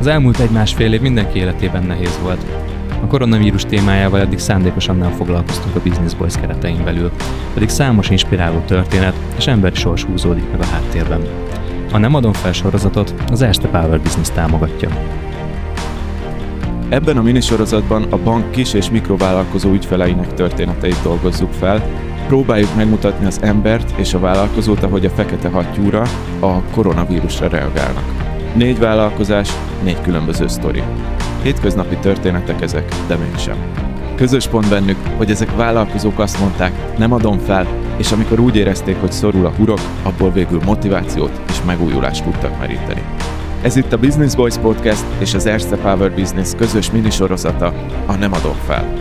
Az elmúlt 1,5 év mindenki életében nehéz volt. A koronavírus témájával eddig szándékosan nem foglalkoztunk a Business Boys keretein belül, pedig számos inspiráló történet és emberi sors húzódik meg a háttérben. A Nem adom fel sorozatot az Erste Power Business támogatja. Ebben a minisorozatban a bank kis- és mikrovállalkozó ügyfeleinek történeteit dolgozzuk fel, próbáljuk megmutatni az embert és a vállalkozót, ahogy a fekete hattyúra, a koronavírusra reagálnak. 4 vállalkozás, 4 különböző sztori. Hétköznapi történetek ezek, de mégsem. Közös pont bennük, hogy ezek vállalkozók azt mondták, nem adom fel, és amikor úgy érezték, hogy szorul a hurok, abból végül motivációt és megújulást tudtak meríteni. Ez itt a Business Boys Podcast és az Erste Power Business közös minisorozata, a Nem adom fel.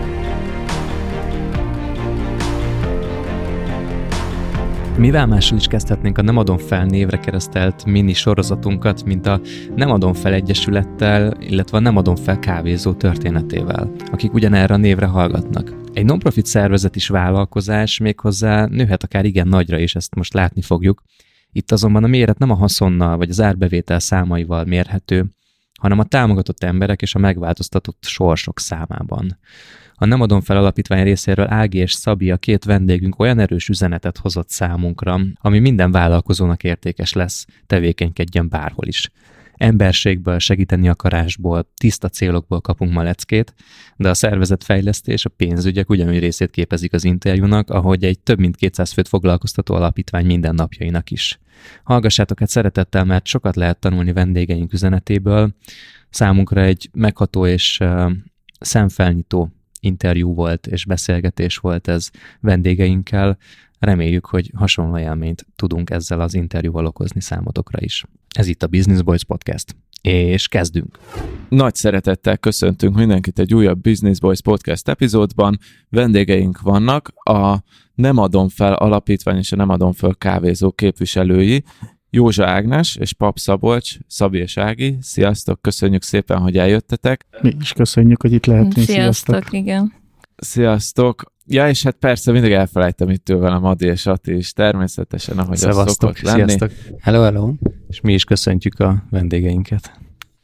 Mivel máshol is kezdhetnénk a Nem adom fel névre keresztelt mini sorozatunkat, mint a Nem adom fel egyesülettel, illetve a Nem adom fel kávézó történetével, akik ugyanerre a névre hallgatnak. Egy non-profit szervezet is vállalkozás, méghozzá nőhet akár igen nagyra, és ezt most látni fogjuk. Itt azonban a méret nem a haszonnal vagy az árbevétel számaival mérhető, hanem a támogatott emberek és a megváltoztatott sorsok számában. A Nem adom fel alapítvány részéről Ági és Szabi, a 2 vendégünk olyan erős üzenetet hozott számunkra, ami minden vállalkozónak értékes lesz, tevékenykedjen bárhol is. Emberségből, segíteni akarásból, tiszta célokból kapunk ma leckét, de a szervezetfejlesztés, a pénzügyek ugyanúgy részét képezik az interjúnak, ahogy egy több mint 200 főt foglalkoztató alapítvány mindennapjainak is. Hallgassátok hát szeretettel, mert sokat lehet tanulni vendégeink üzenetéből. Számunkra egy megható és szemfelnyitó interjú volt és beszélgetés volt ez vendégeinkkel. Reméljük, hogy hasonló élményt tudunk ezzel az interjúval okozni számotokra is. Ez itt a Business Boys Podcast, és kezdünk! Nagy szeretettel köszöntünk mindenkit egy újabb Business Boys Podcast epizódban. Vendégeink vannak, a Nem adom fel alapítvány és a Nem adom fel kávézó képviselői, Józsa Ágnes és Pap Szabolcs, Szabi és Ági. Sziasztok, köszönjük szépen, hogy eljöttetek. Mi is köszönjük, hogy itt lehetünk. Sziasztok, igen. Sziasztok. Ja, és hát persze mindig elfelejtem itt ül velem Adi és Ati is, természetesen, ahogy az szokott lenni. Sziasztok. Hello. És mi is köszöntjük a vendégeinket.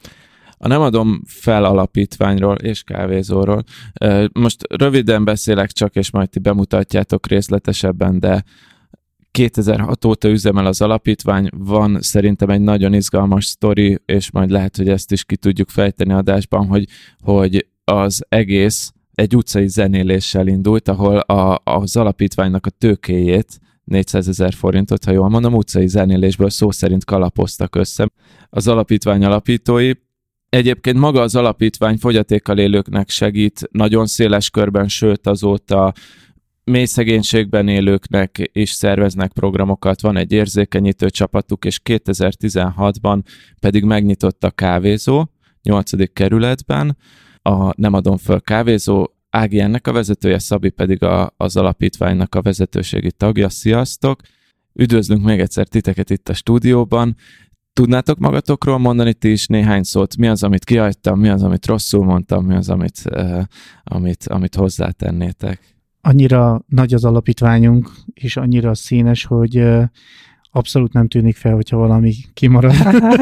A Nem adom fel alapítványról és kávézóról. Most röviden beszélek csak, és majd ti bemutatjátok részletesebben, de 2006 óta üzemel az alapítvány, van szerintem egy nagyon izgalmas sztori, és majd lehet, hogy ezt is ki tudjuk fejteni adásban, hogy az egész egy utcai zenéléssel indult, ahol az alapítványnak a tőkéjét, 400 000 forintot, ha jól mondom, utcai zenélésből szó szerint kalapoztak össze az alapítvány alapítói. Egyébként maga az alapítvány fogyatékkal élőknek segít nagyon széles körben, sőt azóta mély szegénységben élőknek is szerveznek programokat, van egy érzékenyítő csapatuk, és 2016-ban pedig megnyitott a kávézó, 8. kerületben, a Nem adom fel kávézó, Ági ennek a vezetője, Szabi pedig az alapítványnak a vezetőségi tagja. Sziasztok! Üdvözlünk még egyszer titeket itt a stúdióban. Tudnátok magatokról mondani ti is néhány szót? Mi az, amit kihagytam, mi az, amit rosszul mondtam, mi az, amit hozzátennétek? Annyira nagy az alapítványunk, és annyira színes, hogy abszolút nem tűnik fel, hogyha valami kimarad.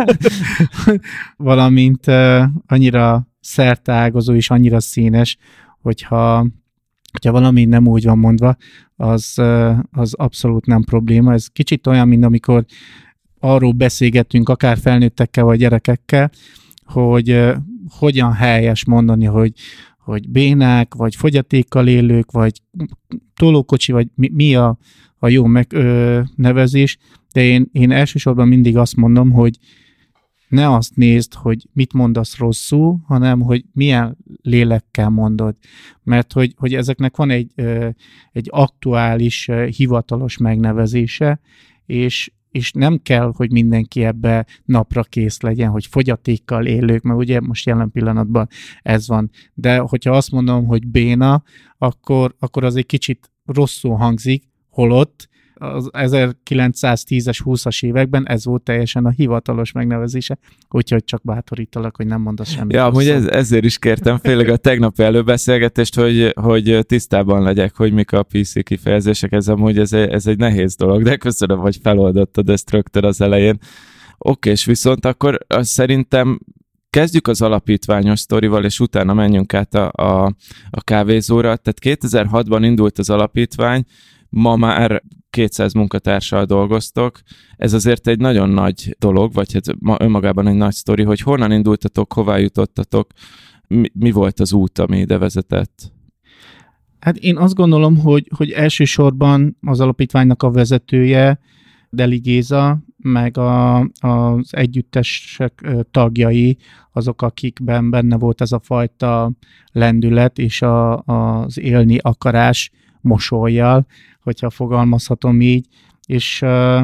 Valamint annyira szerteágazó és annyira színes, hogyha valami nem úgy van mondva, az abszolút nem probléma. Ez kicsit olyan, mint amikor arról beszélgettünk, akár felnőttekkel vagy gyerekekkel, hogy hogyan helyes mondani, hogy bénák, vagy fogyatékkal élők, vagy tolókocsi, vagy mi a jó megnevezés, de én elsősorban mindig azt mondom, hogy ne azt nézd, hogy mit mondasz rosszul, hanem hogy milyen lélekkel mondod. Mert hogy ezeknek van egy aktuális, hivatalos megnevezése, és nem kell, hogy mindenki ebbe napra kész legyen, hogy fogyatékkal élők, mert ugye most jelen pillanatban ez van. De hogyha azt mondom, hogy béna, akkor az egy kicsit rosszul hangzik, holott az 1910-es, 20-as években ez volt teljesen a hivatalos megnevezése, úgyhogy csak bátorítalak, hogy nem mondasz semmit. Ja, amúgy ezért is kértem főleg a tegnapi előbeszélgetést, hogy tisztában legyek, hogy mik a PC kifejezések, ez egy nehéz dolog, de köszönöm, hogy feloldottad ezt rögtön az elején. Oké, és viszont akkor szerintem Kezdjük az alapítványos sztorival, és utána menjünk át a kávézóra. Tehát 2006-ban indult az alapítvány, ma már 200 munkatársal dolgoztok. Ez azért egy nagyon nagy dolog, vagy hát önmagában egy nagy sztori, hogy honnan indultatok, hová jutottatok, mi volt az út, ami ide vezetett? Hát én azt gondolom, hogy elsősorban az alapítványnak a vezetője, Deli Géza, meg az együttesek tagjai, azok, akikben benne volt ez a fajta lendület és az élni akarás mosollyal, hogyha fogalmazhatom így, és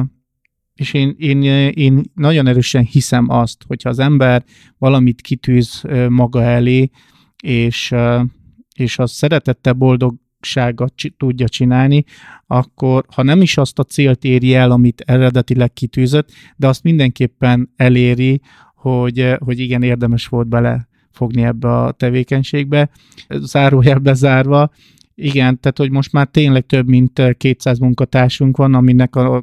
én nagyon erősen hiszem azt, hogyha az ember valamit kitűz maga elé, és az szeretettel, boldogsággal tudja csinálni, akkor ha nem is azt a célt éri el, amit eredetileg kitűzött, de azt mindenképpen eléri, hogy igen, érdemes volt belefogni ebbe a tevékenységbe. Zárójelbe zárva, igen, tehát hogy most már tényleg több mint 200 munkatársunk van, aminek a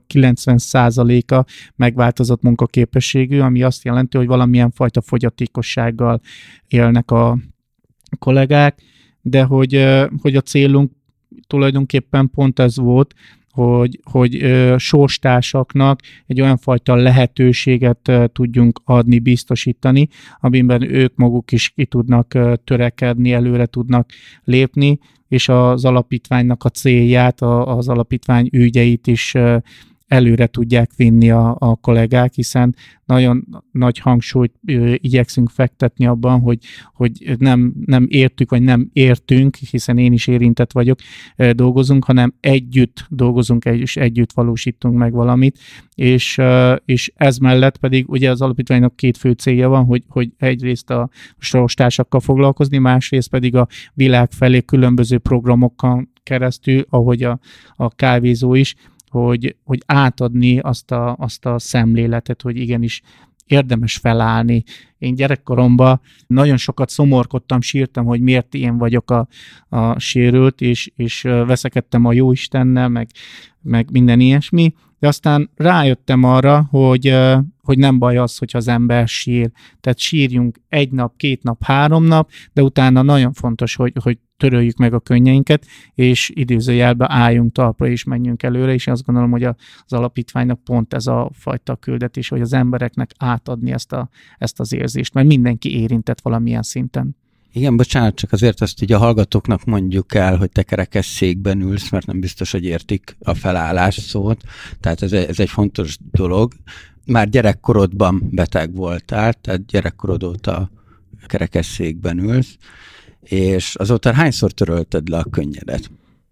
90%-a megváltozott munkaképességű, ami azt jelenti, hogy valamilyen fajta fogyatékossággal élnek a kollégák, de hogy a célunk tulajdonképpen pont ez volt, hogy sorstársaknak egy olyan fajta lehetőséget tudjunk adni, biztosítani, amiben ők maguk is ki tudnak törekedni, előre tudnak lépni, és az alapítványnak a célját, az alapítvány ügyeit is előre tudják vinni a kollégák, hiszen nagyon nagy hangsúlyt igyekszünk fektetni abban, hogy nem értük, vagy nem értünk, hiszen én is érintett vagyok, dolgozunk, hanem együtt dolgozunk, és együtt valósítunk meg valamit, és ez mellett pedig ugye az alapítványnak két fő célja van, hogy egyrészt a sorstársakkal foglalkozni, másrészt pedig a világ felé különböző programokkal keresztül, ahogy a kávézó is, hogy átadni azt a szemléletet, hogy igenis érdemes felállni. Én gyerekkoromban nagyon sokat szomorkodtam, sírtam, hogy miért én vagyok a sérült, és veszekedtem a Jóistennel, meg minden ilyesmi, de aztán rájöttem arra, hogy nem baj az, hogyha az ember sír. Tehát sírjunk 1 nap, 2 nap, 3 nap, de utána nagyon fontos, hogy töröljük meg a könnyeinket, és idézőjelben álljunk talpra, és menjünk előre, és azt gondolom, hogy az alapítványnak pont ez a fajta küldetés, hogy az embereknek átadni ezt az érzést, mert mindenki érintett valamilyen szinten. Igen, bocsánat, csak azért azt így a hallgatóknak mondjuk el, hogy te kerekesszékben ülsz, mert nem biztos, hogy értik a felállás szót. Tehát ez egy fontos dolog. Már gyerekkorodban beteg voltál, tehát gyerekkorod óta kerekesszékben ülsz, és azóta hányszor törölted le a könnyedet?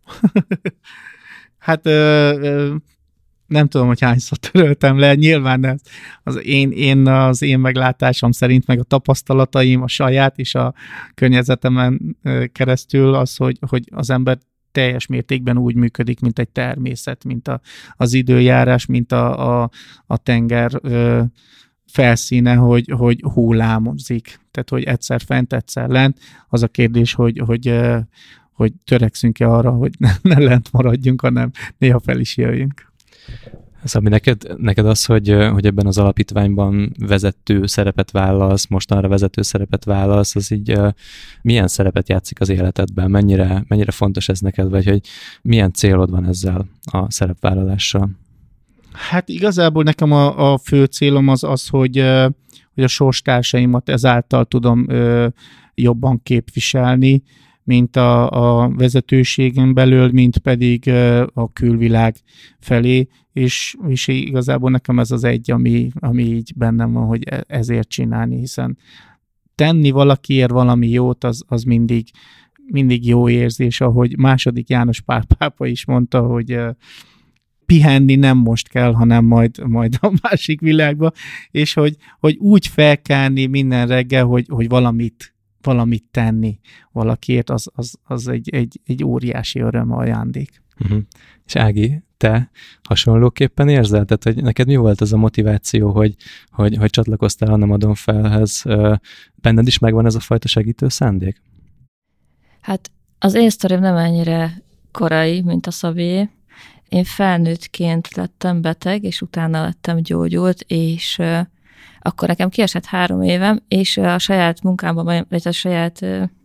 Hát nem tudom, hogy hányszor töröltem le, nyilván az én meglátásom szerint, meg a tapasztalataim, a saját és a környezetemen keresztül az, hogy az ember teljes mértékben úgy működik, mint egy természet, mint az időjárás, mint a tenger felszíne, hogy hullámozik. Tehát, hogy egyszer fent, egyszer lent. Az a kérdés, hogy törekszünk-e arra, hogy ne lent maradjunk, hanem néha fel is jöjjünk. Szabi, neked az, hogy ebben az alapítványban vezető szerepet vállalsz, mostanra vezető szerepet vállalsz, az így milyen szerepet játszik az életedben? Mennyire fontos ez neked, vagy hogy milyen célod van ezzel a szerepvállalással? Hát igazából nekem a fő célom az, hogy a sorstársaimat ezáltal tudom jobban képviselni, mint a vezetőségen belül, mint pedig a külvilág felé, és igazából nekem ez az egy, ami így bennem van, hogy ezért csinálni, hiszen tenni valakiért valami jót, az mindig jó érzés, ahogy II. János Pál pápa is mondta, hogy pihenni nem most kell, hanem majd a másik világba, és hogy úgy felkelni minden reggel, hogy valamit tenni valakiért, az egy óriási öröm, ajándék. Uh-huh. És Ági, te hasonlóképpen érzel? Tehát, hogy neked mi volt az a motiváció, hogy csatlakoztál a Nem adom felhez? Benned is megvan ez a fajta segítő szándék? Hát az én sztorim nem ennyire korai, mint a Szabié. Én felnőttként lettem beteg, és utána lettem gyógyult, és akkor nekem kiesett 3 évem, és a saját munkámban, vagy a saját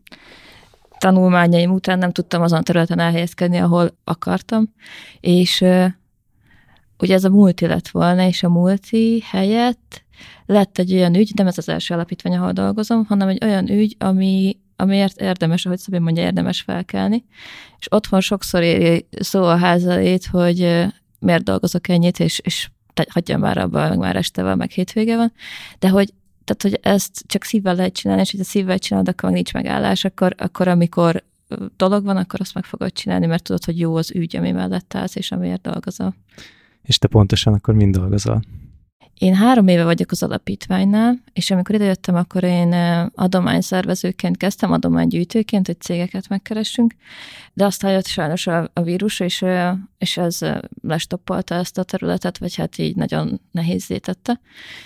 tanulmányaim után nem tudtam azon a területen elhelyezkedni, ahol akartam, és ugye ez a multi lett volna, és a multi helyett lett egy olyan ügy, nem ez az első alapítvány, ahol dolgozom, hanem egy olyan ügy, amiért érdemes, ahogy Szabi mondja, érdemes felkelni. És otthon sokszor éri szó a házalét, hogy miért dolgozok ennyit, és hagyjam már abba, meg már este van, meg hétvége van. De hogy ezt csak szívvel lehet csinálni, és hogyha szívvel csinálod, akkor meg nincs megállás, akkor amikor dolog van, akkor azt meg fogod csinálni, mert tudod, hogy jó az ügy, ami mellett állsz, és amiért dolgozol. És te pontosan akkor mind dolgozol? Én 3 éve vagyok az alapítványnál, és amikor idejöttem, akkor én adományszervezőként kezdtem, adománygyűjtőként, hogy cégeket megkeressünk, de aztán jött sajnos a vírus, és ez lestoppolta ezt a területet, vagy hát így nagyon nehézzé tette.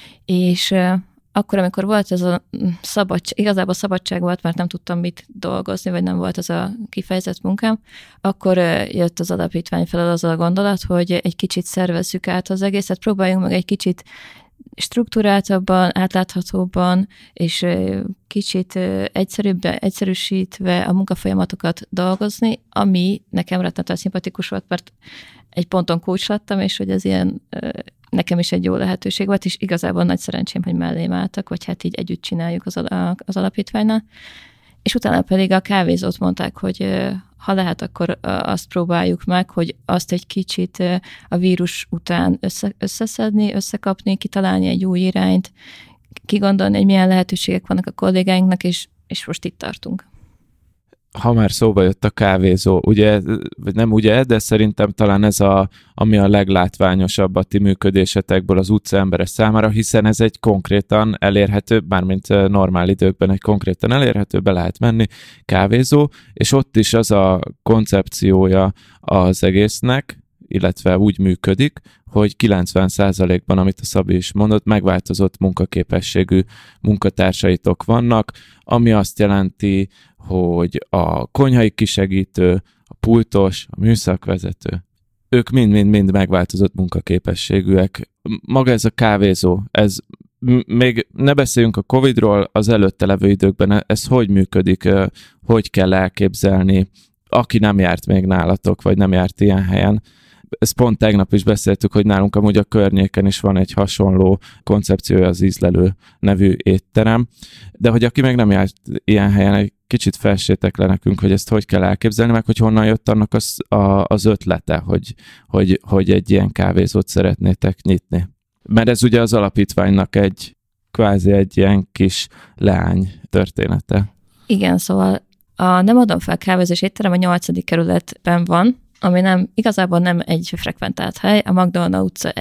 És akkor, amikor volt ez a igazából szabadság volt, mert nem tudtam mit dolgozni, vagy nem volt ez a kifejezett munkám, akkor jött az alapítvány felől az a gondolat, hogy egy kicsit szervezzük át az egészet, próbáljunk meg egy kicsit strukturáltabban, átláthatóbban, és kicsit egyszerűsítve a munkafolyamatokat dolgozni, ami nekem rettenetesen szimpatikus volt, mert egy ponton coach lettem, és hogy ez ilyen nekem is egy jó lehetőség volt, és igazából nagy szerencsém, hogy mellém álltak, vagy hát így együtt csináljuk az alapítványnál. És utána pedig a kávézót mondták, hogy ha lehet, akkor azt próbáljuk meg, hogy azt egy kicsit a vírus után összeszedni, összekapni, kitalálni egy új irányt, kigondolni, hogy milyen lehetőségek vannak a kollégáinknak, és most itt tartunk. Ha már szóba jött a kávézó, ugye, vagy nem ugye, de szerintem talán ez ami a leglátványosabb a ti működésetekből az utcaemberek számára, hiszen ez egy konkrétan elérhető, mármint normál időkben egy konkrétan elérhető, be lehet menni kávézó, és ott is az a koncepciója az egésznek, illetve úgy működik, hogy 90%-ban, amit a Szabi is mondott, megváltozott munkaképességű munkatársaitok vannak, ami azt jelenti, hogy a konyhai kisegítő, a pultos, a műszakvezető, ők mind-mind megváltozott munkaképességűek. Maga ez a kávézó, ez még ne beszéljünk a Covid-ról, az előtte levő időkben ez hogy működik, hogy kell elképzelni, aki nem járt még nálatok, vagy nem járt ilyen helyen. Ezt pont tegnap is beszéltük, hogy nálunk amúgy a környéken is van egy hasonló koncepciója, az Ízlelő nevű étterem, de hogy aki meg nem járt ilyen helyen, egy kicsit felsétek le nekünk, hogy ezt hogy kell elképzelni, meg hogy honnan jött annak az ötlete, hogy egy ilyen kávézót szeretnétek nyitni. Mert ez ugye az alapítványnak kvázi egy ilyen kis leány története. Igen, szóval a Nem adom fel kávézós étterem a 8. kerületben van, ami igazából nem egy frekventált hely, a Magdolna utca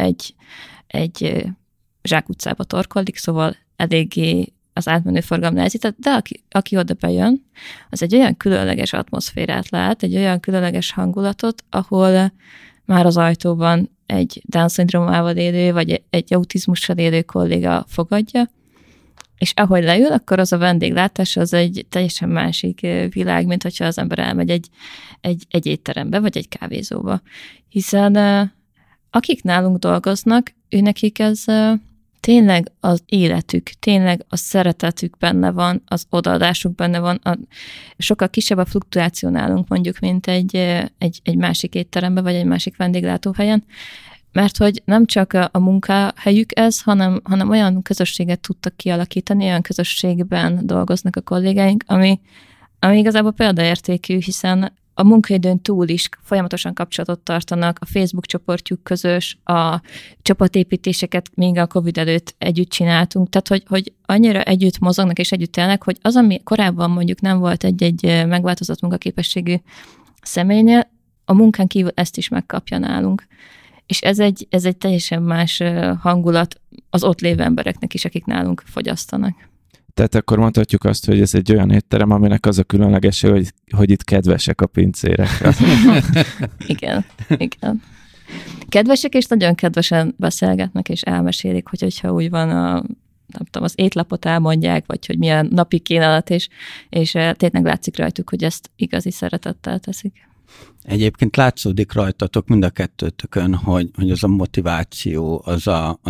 egy zsákutcába torkollik, szóval eléggé az átmenő forgalom nehezített, de aki oda bejön, az egy olyan különleges atmoszférát lát, egy olyan különleges hangulatot, ahol már az ajtóban egy Down-szindrómával élő, vagy egy autizmussal élő kolléga fogadja, és ahogy leül, akkor az a vendéglátás az egy teljesen másik világ, mint hogyha az ember elmegy egy étterembe, vagy egy kávézóba. Hiszen akik nálunk dolgoznak, őnekik ez tényleg az életük, tényleg a szeretetük benne van, az odaadásuk benne van, sokkal kisebb a fluktuáció nálunk mondjuk, mint egy másik étterembe, vagy egy másik vendéglátóhelyen, mert hogy nem csak a munkahelyük ez, hanem olyan közösséget tudtak kialakítani, olyan közösségben dolgoznak a kollégáink, ami igazából példaértékű, hiszen a munkaidőn túl is folyamatosan kapcsolatot tartanak, a Facebook csoportjuk közös, a csapatépítéseket még a Covid előtt együtt csináltunk, tehát hogy annyira együtt mozognak és együtt élnek, hogy az, ami korábban mondjuk nem volt egy megváltozott munkaképességű személynél, a munkán kívül ezt is megkapja nálunk. És ez egy teljesen más hangulat az ott lévő embereknek is, akik nálunk fogyasztanak. Tehát akkor mondhatjuk azt, hogy ez egy olyan étterem, aminek az a különlegessége, hogy itt kedvesek a pincérek. Igen. Kedvesek, és nagyon kedvesen beszélgetnek, és elmesélik, hogyha úgy van nem tudom, az étlapot elmondják, vagy hogy milyen napi kínálat, és tényleg látszik rajtuk, hogy ezt igazi szeretettel teszik. Egyébként látszódik rajtatok mind a kettőtökön, hogy az a motiváció, az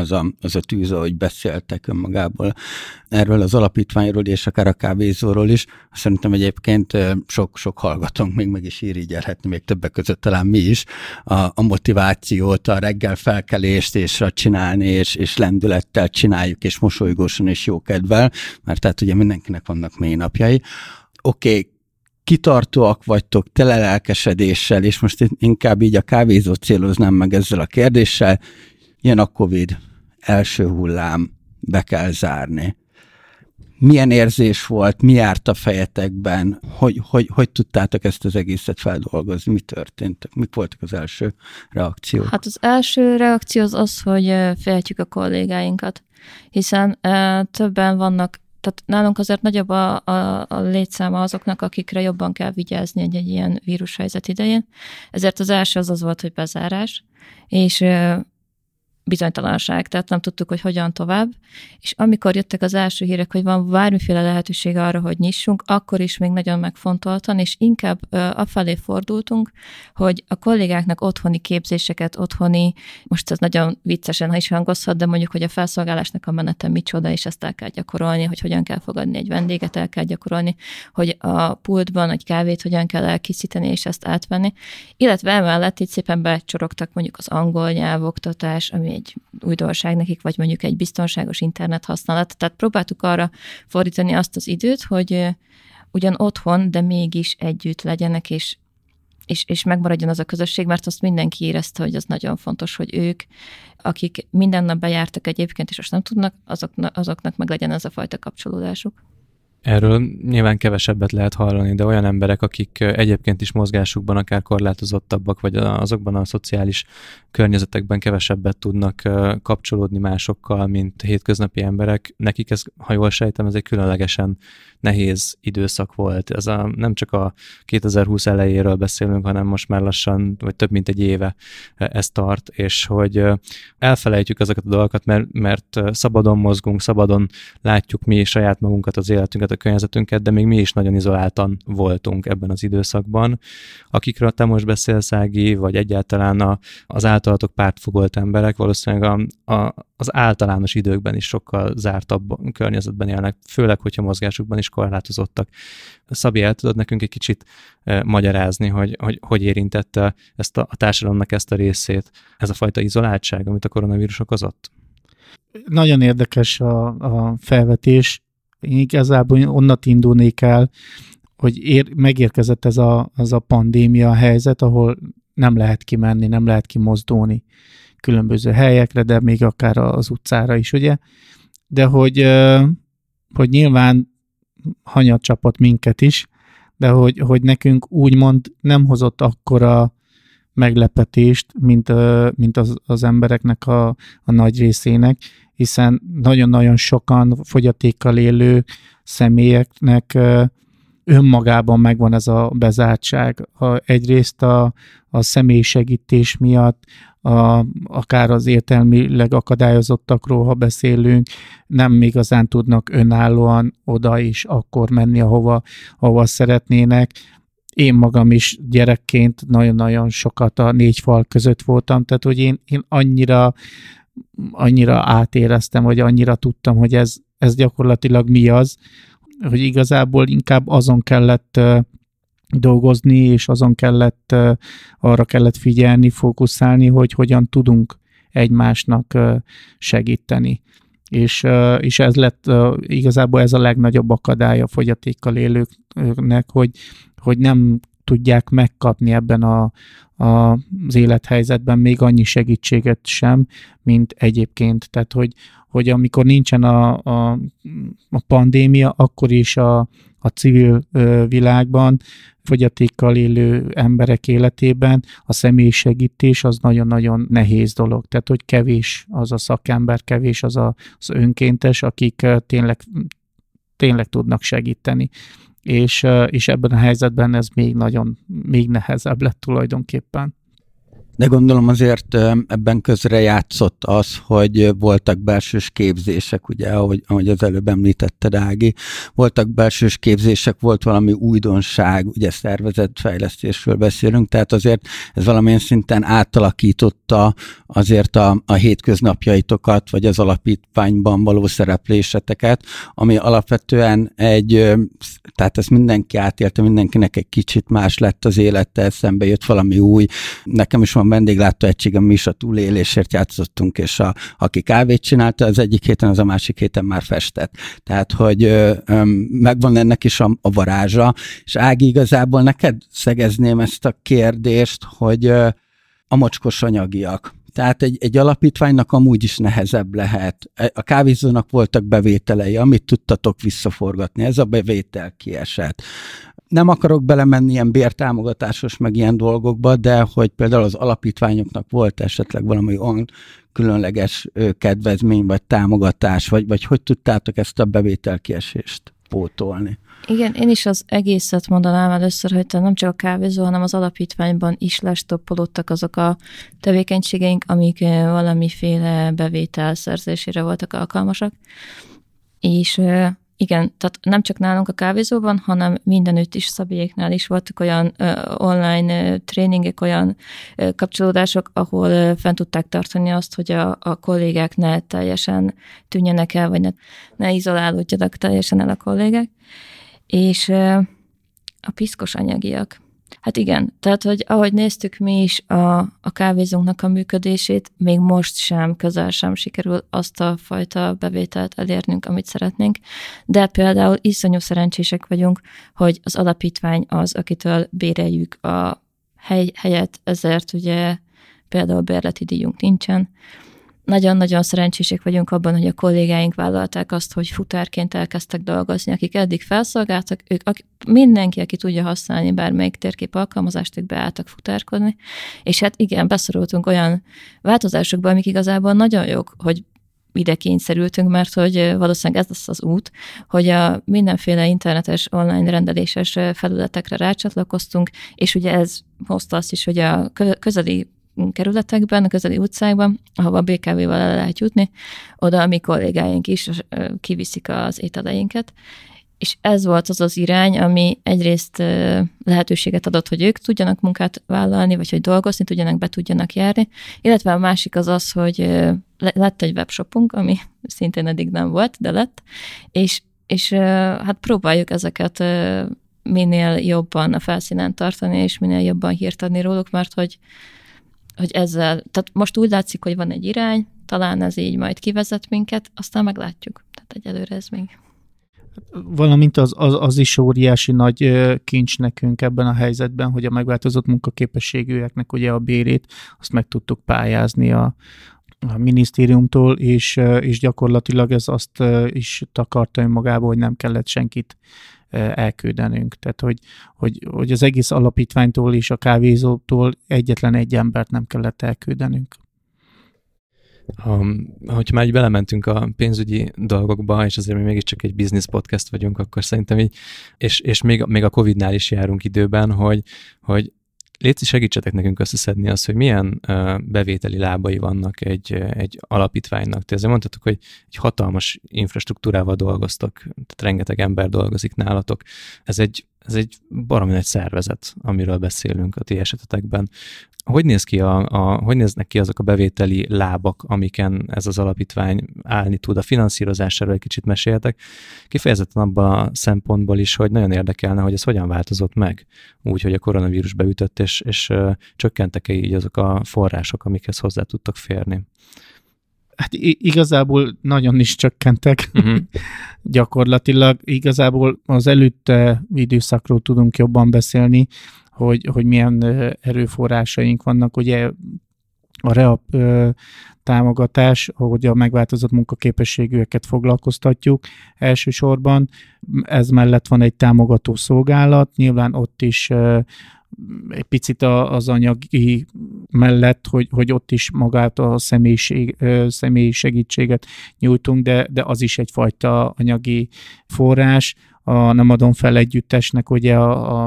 a tűz, ahogy beszéltek önmagából erről az alapítványról, és akár a kávézóról is. Szerintem egyébként sok hallgatónk még meg is irigyelhetni, még többek között talán mi is, a motivációt, a reggel felkelést, és a csinálni, és lendülettel csináljuk, és mosolygósan, és jókedvel, mert tehát ugye mindenkinek vannak mély napjai. Oké, kitartóak vagytok, tele lelkesedéssel, és most inkább így a kávézót céloznám meg ezzel a kérdéssel, jön a Covid, első hullám, be kell zárni. Milyen érzés volt, mi járt a fejetekben, hogy tudtátok ezt az egészet feldolgozni, mi történt, mik voltak az első reakciók? Hát az első reakció az, hogy féltjük a kollégáinkat, hiszen többen vannak, tehát nálunk azért nagyobb a létszáma azoknak, akikre jobban kell vigyázni egy ilyen vírushelyzet idején. Ezért az első az volt, hogy bezárás, és bizonytalanság, tehát nem tudtuk, hogy hogyan tovább. És amikor jöttek az első hírek, hogy van bármiféle lehetőség arra, hogy nyissunk, akkor is még nagyon megfontoltan, és inkább afelé fordultunk, hogy a kollégáknak otthoni képzéseket, most ez nagyon viccesen, ha is hangozhat, de mondjuk, hogy a felszolgálásnak a menete micsoda, és ezt el kell gyakorolni, hogy hogyan kell fogadni egy vendéget, el kell gyakorolni, hogy a pultban egy kávét hogyan kell elkészíteni, és ezt átvenni. Illetve emellett itt szépen becsorogtak mondjuk az angol nyelvoktatás, ami egy újdonság nekik, vagy mondjuk egy biztonságos internet használat. Tehát próbáltuk arra fordítani azt az időt, hogy ugyan otthon, de mégis együtt legyenek, és megmaradjon az a közösség, mert azt mindenki érezte, hogy az nagyon fontos, hogy ők, akik minden nap bejártak egyébként, és most nem tudnak, azoknak meg legyen ez a fajta kapcsolódásuk. Erről nyilván kevesebbet lehet hallani, de olyan emberek, akik egyébként is mozgásukban akár korlátozottabbak, vagy azokban a szociális környezetekben kevesebbet tudnak kapcsolódni másokkal, mint hétköznapi emberek, nekik ez, ha jól sejtem, ez egy különlegesen nehéz időszak volt. Nem csak a 2020 elejéről beszélünk, hanem most már lassan, vagy több mint egy éve ez tart, és hogy elfelejtjük ezeket a dolgokat, mert szabadon mozgunk, szabadon látjuk mi saját magunkat, az életünket, a környezetünket, de még mi is nagyon izoláltan voltunk ebben az időszakban. Akikről te most beszélsz, Ági, vagy egyáltalán az általatok pártfogolt emberek, valószínűleg az általános időkben is sokkal zártabb környezetben élnek, főleg, hogyha mozgásukban is korlátozottak. Szabi, el tudod nekünk egy kicsit magyarázni, hogy érintette a társadalomnak ezt a részét, ez a fajta izoláltság, amit a koronavírus okozott? Nagyon érdekes a felvetés. Én igazából onnat indulnék el, hogy megérkezett az a pandémia helyzet, ahol nem lehet kimenni, nem lehet kimozdulni különböző helyekre, de még akár az utcára is, ugye? De hogy nyilván hanyat csapott minket is, de hogy nekünk úgymond nem hozott akkora meglepetést, mint az embereknek a nagy részének, hiszen nagyon-nagyon sokan fogyatékkal élő személyeknek önmagában megvan ez a bezártság. Egyrészt a személyi segítés miatt, akár az értelmileg akadályozottakról, ha beszélünk, nem igazán tudnak önállóan oda is akkor menni, ahova szeretnének. Én magam is gyerekként nagyon-nagyon sokat a négy fal között voltam, tehát hogy én annyira átéreztem, hogy annyira tudtam, hogy ez gyakorlatilag mi az, hogy igazából inkább azon kellett dolgozni, és arra kellett figyelni, fókuszálni, hogy hogyan tudunk egymásnak segíteni. És ez lett igazából ez a legnagyobb akadály a fogyatékkal élőknek, hogy nem tudják megkapni ebben az élethelyzetben még annyi segítséget sem, mint egyébként. Tehát, hogy amikor nincsen a pandémia, akkor is a civil világban, fogyatékkal élő emberek életében a személyi segítés az nagyon-nagyon nehéz dolog. Tehát, hogy kevés az a szakember, kevés az önkéntes, akik tényleg tudnak segíteni. És ebben a helyzetben ez még nehezebb lett tulajdonképpen. De gondolom azért ebben közre játszott az, hogy voltak belsős képzések, ugye, ahogy az előbb említetted, Ági. Voltak belsős képzések, volt valami újdonság, ugye szervezetfejlesztésről beszélünk, tehát azért ez valamilyen szinten átalakította azért a hétköznapjaitokat, vagy az alapítványban való szerepléseteket, ami alapvetően tehát ezt mindenki átélte, mindenkinek egy kicsit más lett az élete, szembe jött valami új. Nekem is van vendéglátóegységem, mi is a túlélésért játszottunk, és aki kávét csinálta az egyik héten, az a másik héten már festett. Tehát, hogy megvan ennek is a varázsa, és Ági, igazából neked szegezném ezt a kérdést, hogy a mocskos anyagiak. Tehát egy alapítványnak amúgy is nehezebb lehet. A kávézónak voltak bevételei, amit tudtatok visszaforgatni, ez a bevétel kiesett. Nem akarok belemenni ilyen bértámogatásos meg ilyen dolgokba, de hogy például az alapítványoknak volt esetleg valami olyan különleges kedvezmény, vagy támogatás, vagy hogy tudtátok ezt a bevételkiesést pótolni? Igen, én is az egészet mondanám először, hogy nem csak a kávézó, hanem az alapítványban is lestoppolódtak azok a tevékenységeink, amik valamiféle bevétel szerzésére voltak alkalmasak. És igen, tehát nem csak nálunk a kávézóban, hanem mindenütt is, Szabélyéknál is voltak olyan online tréningek, olyan kapcsolódások, ahol fent tudták tartani azt, hogy a kollégák ne teljesen tűnjenek el, vagy ne izolálódjanak teljesen el a kollégák. És a piszkos anyagiak. Hát igen, tehát, hogy ahogy néztük mi is a kávézónknak a működését, még most sem, közel sem sikerül azt a fajta bevételt elérnünk, amit szeretnénk, de például iszonyú szerencsések vagyunk, hogy az alapítvány az, akitől béreljük a helyet, ezért ugye például bérleti díjunk nincsen. Nagyon-nagyon szerencsések vagyunk abban, hogy a kollégáink vállalták azt, hogy futárként elkezdtek dolgozni, akik eddig felszolgáltak, mindenki, aki tudja használni bármelyik térkép alkalmazást, ők beálltak futárkodni, és hát igen, beszorultunk olyan változásokba, amik igazából nagyon jók, hogy ide kényszerültünk, mert hogy valószínűleg ez lesz az út, hogy a mindenféle internetes online rendeléses felületekre rácsatlakoztunk, és ugye ez hozta azt is, hogy a közeli kerületekben, a közeli utcákban, ahova BKV-val el lehet jutni, oda a mi kollégáink is kiviszik az ételeinket. És ez volt az az irány, ami egyrészt lehetőséget adott, hogy ők tudjanak munkát vállalni, vagy hogy dolgozni tudjanak, be tudjanak járni, illetve a másik az, hogy lett egy webshopunk, ami szintén eddig nem volt, de lett, és hát próbáljuk ezeket minél jobban a felszínen tartani, és minél jobban hírt adni róluk, mert hogy ezzel, tehát most úgy látszik, hogy van egy irány, talán ez így majd kivezet minket, aztán meglátjuk. Tehát egyelőre ez még. Valamint az is óriási nagy kincs nekünk ebben a helyzetben, hogy a megváltozott munkaképességűeknek ugye a bérét, azt meg tudtuk pályázni a minisztériumtól, és gyakorlatilag ez azt is takarta önmagába, hogy nem kellett senkit elküldenünk. Tehát, hogy az egész alapítványtól és a kávézótól egyetlen egy embert nem kellett elküldenünk. Hogyha már így belementünk a pénzügyi dolgokba, és azért mi mégiscsak egy business podcast vagyunk, akkor szerintem így, és még a Covid-nál is járunk időben, hogy légy segítsetek nekünk összeszedni azt, hogy milyen bevételi lábai vannak egy alapítványnak. Te azért mondtatok, hogy egy hatalmas infrastruktúrával dolgoztok, tehát rengeteg ember dolgozik nálatok. Ez egy baromi nagy szervezet, amiről beszélünk a ti esetetekben. Hogy néznek ki azok a bevételi lábak, amiken ez az alapítvány állni tud? A finanszírozásáról egy kicsit meséltek. Kifejezetten abban a szempontból is, hogy nagyon érdekelne, hogy ez hogyan változott meg, úgy, hogy a koronavírus beütött, és csökkentek-e így azok a források, amikhez hozzá tudtak férni? Hát igazából nagyon is csökkentek. Gyakorlatilag igazából az előtte időszakról tudunk jobban beszélni, hogy milyen erőforrásaink vannak. Ugye a REAP támogatás, ahogy a megváltozott munkaképességűeket foglalkoztatjuk elsősorban. Ez mellett van egy támogató szolgálat, nyilván ott is egy picit az anyagi mellett, hogy ott is magát a személyi segítséget nyújtunk, de az is egyfajta anyagi forrás. Nem adom fel együttesnek ugye a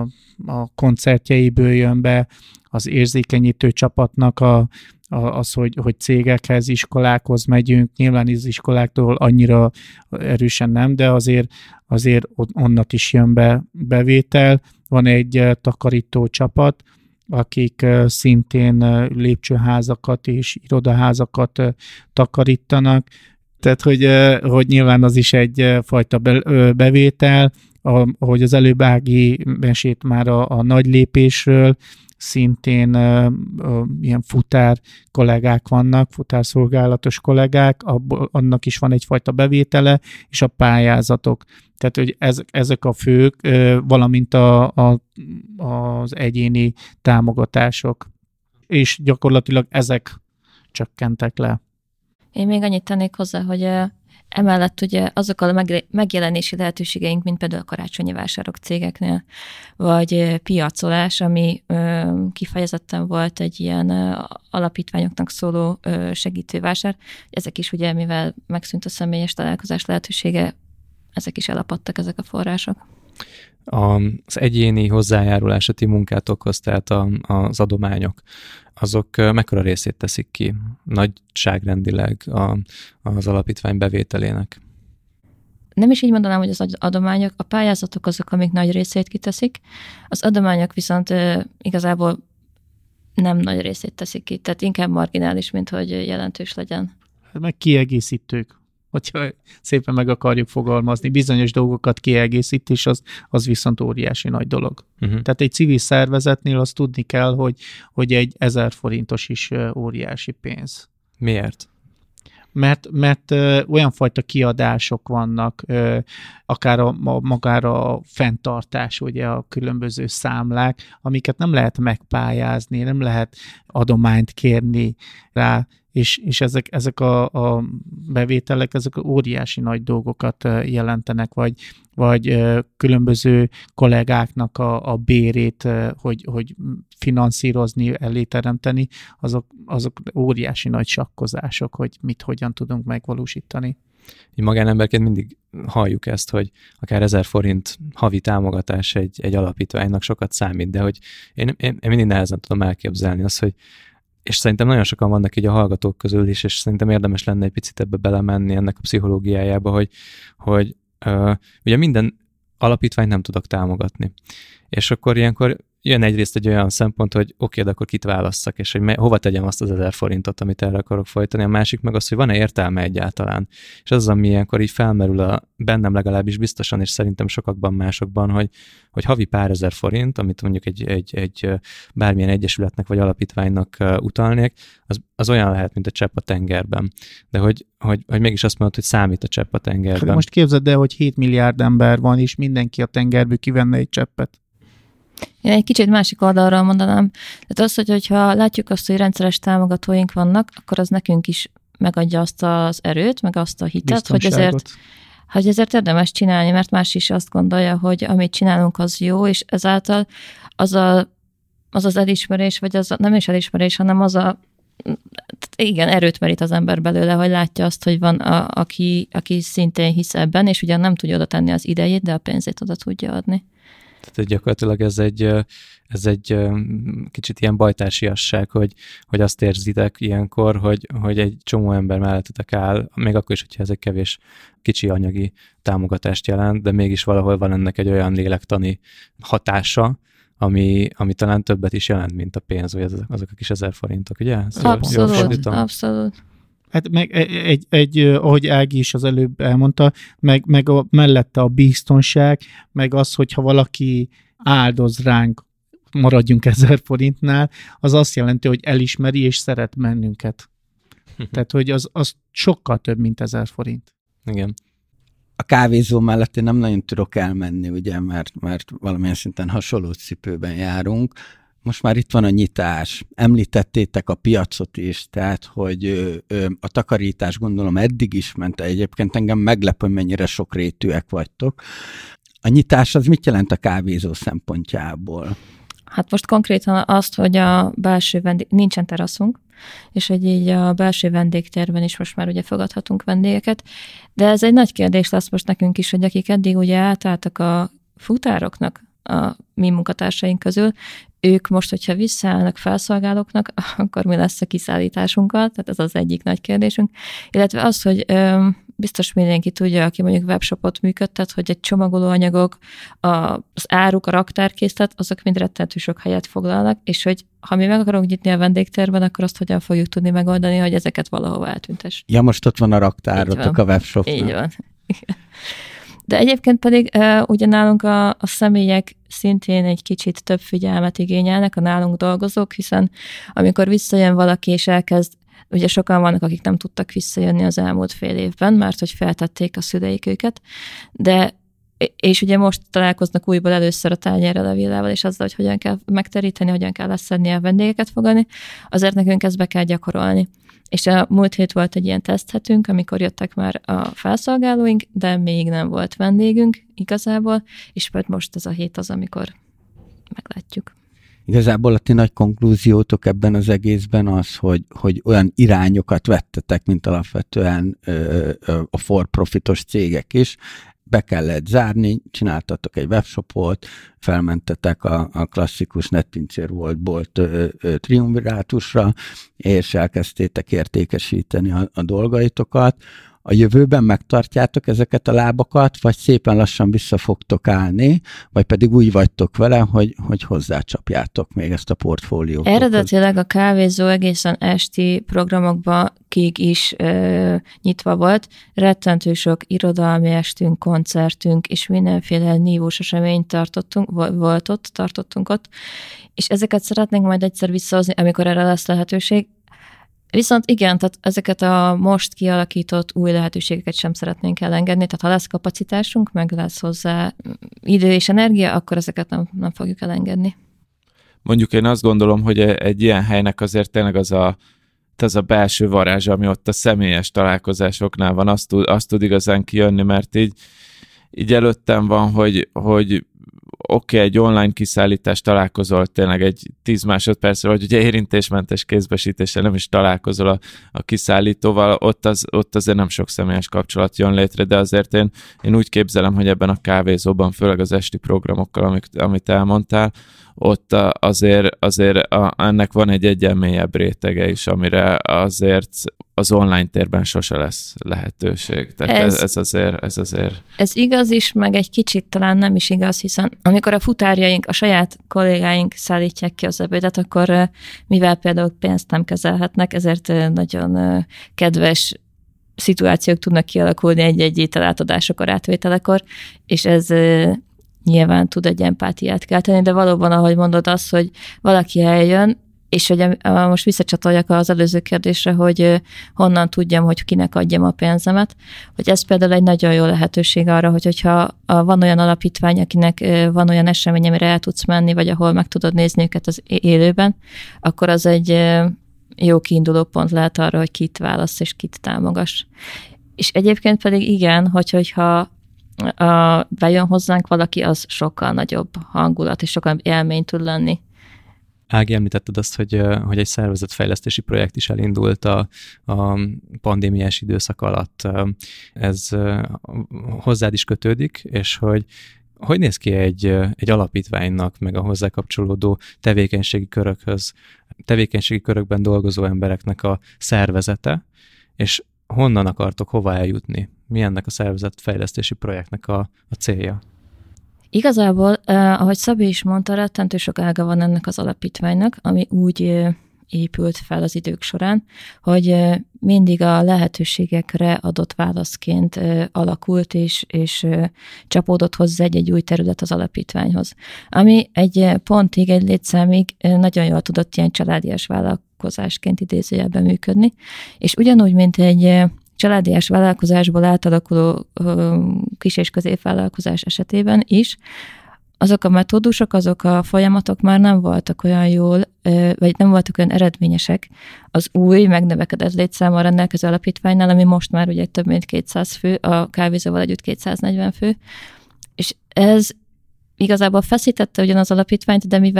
a koncertjeiből jön be, az érzékenyítő csapatnak az, hogy cégekhez, iskolákhoz megyünk. Nyilván az iskoláktól annyira erősen nem, de azért onnat is jön be bevétel. Van egy takarító csapat, akik szintén lépcsőházakat és irodaházakat takarítanak. Tehát, hogy nyilván az is egyfajta bevétel, ahogy az előbb Ági mesélt már a nagy lépésről, szintén ilyen futár kollégák vannak, futárszolgálatos kollégák, annak is van egyfajta bevétele, és a pályázatok. Tehát, hogy ezek a fők, valamint az egyéni támogatások. És gyakorlatilag ezek csökkentek le. Én még annyit tennék hozzá, hogy emellett ugye azok a megjelenési lehetőségeink, mint például a karácsonyi vásárok cégeknél, vagy piacolás, ami kifejezetten volt egy ilyen alapítványoknak szóló segítővásár. Ezek is ugye, mivel megszűnt a személyes találkozás lehetősége, ezek is elapadtak, ezek a források. Az egyéni hozzájárulás a ti munkátokhoz, tehát az adományok, azok mekkora részét teszik ki nagyságrendileg az alapítvány bevételének? Nem is így mondanám, hogy az adományok, a pályázatok azok, amik nagy részét kiteszik, az adományok viszont igazából nem nagy részét teszik ki, tehát inkább marginális, mint hogy jelentős legyen. Meg kiegészítők, hogyha szépen meg akarjuk fogalmazni, bizonyos dolgokat kiegészít, és az viszont óriási nagy dolog. Tehát egy civil szervezetnél azt tudni kell, hogy egy 1000 forintos is óriási pénz. Miért? Mert olyan fajta kiadások vannak, akár magára a fenntartás, ugye a különböző számlák, amiket nem lehet megpályázni, nem lehet adományt kérni rá, és ezek a bevételek, ezek óriási nagy dolgokat jelentenek, vagy különböző kollégáknak a bérét, hogy finanszírozni, eléteremteni, azok óriási nagy sakkozások, hogy hogyan tudunk megvalósítani. Így magánemberként mindig halljuk ezt, hogy akár 1000 forint havi támogatás egy alapítványnak sokat számít, de hogy én mindig nehezen tudom elképzelni azt, hogy és szerintem nagyon sokan vannak így a hallgatók közül is, és szerintem érdemes lenne egy picit ebbe belemenni ennek a pszichológiájába, hogy ugye minden alapítványt nem tudok támogatni. És akkor ilyenkor jön egyrészt egy olyan szempont, hogy oké, de akkor kit válasszak, és hogy hova tegyem azt az 1000 forintot, amit erre akarok folytani. A másik meg az, hogy van-e értelme egyáltalán. És az, ami ilyenkor így felmerül bennem legalábbis biztosan, és szerintem sokakban másokban, hogy havi pár ezer forint, amit mondjuk egy bármilyen egyesületnek vagy alapítványnak utalnék, az olyan lehet, mint a csepp a tengerben. De hogy mégis azt mondod, hogy számít a csepp a tengerben. Hát most képzeld el, hogy 7 milliárd ember van, és mindenki a tengerből kivenne egy cseppet. Én egy kicsit másik oldalról mondanám. Tehát az, hogyha látjuk azt, hogy rendszeres támogatóink vannak, akkor az nekünk is megadja azt az erőt, meg azt a hitet, hogy ezért érdemes csinálni, mert más is azt gondolja, hogy amit csinálunk, az jó, és ezáltal az elismerés, vagy az nem is elismerés, hanem igen, erőt merít az ember belőle, hogy látja azt, hogy van, aki szintén hisz ebben, és ugyan nem tudja oda tenni az idejét, de a pénzét oda tudja adni. Tehát gyakorlatilag ez egy kicsit ilyen bajtársiasság, hogy azt érzitek ilyenkor, hogy egy csomó ember mellettetek áll, még akkor is, hogyha ez egy kevés kicsi anyagi támogatást jelent, de mégis valahol van ennek egy olyan lélektani hatása, ami talán többet is jelent, mint a pénz, vagy azok a kis 1000 forintok, ugye? Abszolút. Hát meg ahogy Ági is az előbb elmondta, meg mellette a biztonság, meg az, hogyha valaki áldoz ránk, maradjunk 1000 forintnál, az azt jelenti, hogy elismeri és szeret bennünket. Tehát, hogy az sokkal több, mint 1000 forint. Igen. A kávézó mellett én nem nagyon tudok elmenni, ugye, mert valamilyen szinten hasonló cipőben járunk. Most már itt van a nyitás. Említettétek a piacot is, tehát, hogy a takarítás gondolom eddig is ment. Egyébként engem meglepő, mennyire sokrétűek vagytok. A nyitás az mit jelent a kávézó szempontjából? Hát most konkrétan azt, hogy a belső nincsen teraszunk, és hogy így a belső vendégtérben is most már ugye fogadhatunk vendégeket, de ez egy nagy kérdés lesz most nekünk is, hogy akik eddig ugye átálltak a futároknak a mi munkatársaink közül, ők most, hogyha visszaállnak felszolgálóknak, akkor mi lesz a kiszállításunkkal, tehát ez az egyik nagy kérdésünk. Illetve az, hogy biztos mindenki tudja, aki mondjuk webshopot működtet, hogy egy csomagolóanyagok, az áruk, a raktárkészlet, azok mind rettentő sok helyet foglalnak, és hogy ha mi meg akarunk nyitni a vendégtérben, akkor azt hogyan fogjuk tudni megoldani, hogy ezeket valahova eltüntess. Ja, most ott van a raktárotok a webshopnál. Így van. De egyébként pedig ugye nálunk a személyek szintén egy kicsit több figyelmet igényelnek, a nálunk dolgozók, hiszen amikor visszajön valaki és elkezd, ugye sokan vannak, akik nem tudtak visszajönni az elmúlt fél évben, mert hogy feltették a szüleik őket, de és ugye most találkoznak újból először a tányérrel, a villával, és azzal, hogy hogyan kell megteríteni, hogyan kell leszedni a vendégeket fogadni, azért nekünk ezt be kell gyakorolni. És a múlt hét volt egy ilyen teszthetünk, amikor jöttek már a felszolgálóink, de még nem volt vendégünk igazából, és majd most ez a hét az, amikor meglátjuk. Igazából a ti nagy konklúziótok ebben az egészben az, hogy olyan irányokat vettetek, mint alapvetően a for-profitos cégek is, be kellett zárni, csináltatok egy webshopot, felmentetek a klasszikus netpincér volt triumvirátusra, és elkezdtétek értékesíteni a dolgaitokat. A jövőben megtartjátok ezeket a lábakat, vagy szépen lassan vissza fogtok állni, vagy pedig úgy vagytok vele, hogy hozzácsapjátok még ezt a portfóliót. Eredetileg a kávézó egészen esti programokban is nyitva volt. Rettentő sok irodalmi estünk, koncertünk, és mindenféle nívós eseményt tartottunk ott, és ezeket szeretnénk majd egyszer visszahozni, amikor erre lesz lehetőség. Viszont igen, tehát ezeket a most kialakított új lehetőségeket sem szeretnénk elengedni, tehát ha lesz kapacitásunk, meg lesz hozzá idő és energia, akkor ezeket nem fogjuk elengedni. Mondjuk én azt gondolom, hogy egy ilyen helynek azért tényleg az a belső varázs, ami ott a személyes találkozásoknál van, azt tud igazán kijönni, mert így előttem van, hogy oké, egy online kiszállítás találkozol tényleg egy 10 másodpercre, vagy ugye érintésmentes kézbesítéssel nem is találkozol a kiszállítóval, ott azért nem sok személyes kapcsolat jön létre, de azért én úgy képzelem, hogy ebben a kávézóban, főleg az esti programokkal, amit elmondtál, ott azért ennek van egy egyen mélyebb rétege is, amire azért az online térben sose lesz lehetőség. Tehát ez azért... Ez igaz is, meg egy kicsit talán nem is igaz, hiszen amikor a futárjaink, a saját kollégáink szállítják ki az ebédet, akkor mivel például pénzt nem kezelhetnek, ezért nagyon kedves szituációk tudnak kialakulni egy-egy ételátadásokor, átvételekor, és ez nyilván tud egy empátiát kelteni, de valóban, ahogy mondod, az, hogy valaki eljön, és hogy most visszacsatoljak az előző kérdésre, hogy honnan tudjam, hogy kinek adjam a pénzemet, hogy ez például egy nagyon jó lehetőség arra, hogyha van olyan alapítvány, akinek van olyan esemény, amire el tudsz menni, vagy ahol meg tudod nézni őket az élőben, akkor az egy jó kiinduló pont lehet arra, hogy kit válasz és kit támogass. És egyébként pedig igen, hogyha bejön hozzánk valaki, az sokkal nagyobb hangulat, és sokkal élmény tud lenni. Ági, említetted azt, hogy egy szervezetfejlesztési projekt is elindult a pandémiás időszak alatt. Ez hozzád is kötődik, és hogy néz ki egy alapítványnak, meg a hozzá kapcsolódó tevékenységi körökben dolgozó embereknek a szervezete, és honnan akartok hova eljutni? Mi ennek a szervezetfejlesztési projektnek a célja? Igazából, ahogy Szabi is mondta, rettentő sok ága van ennek az alapítványnak, ami úgy épült fel az idők során, hogy mindig a lehetőségekre adott válaszként alakult, és csapódott hozzá egy új terület az alapítványhoz. Ami egy pontig, egy létszámig nagyon jól tudott ilyen családias vállalkozásként idézőjelben működni, és ugyanúgy, mint egy családias vállalkozásból átalakuló kis- és középvállalkozás esetében is, azok a metódusok, azok a folyamatok már nem voltak olyan jól, vagy nem voltak olyan eredményesek az új, megnövekedett létszámmal rendelkező alapítványnál, ami most már ugye több mint 200 fő, a kávézóval együtt 240 fő, és ez igazából feszítette ugyanaz alapítványt, de mivel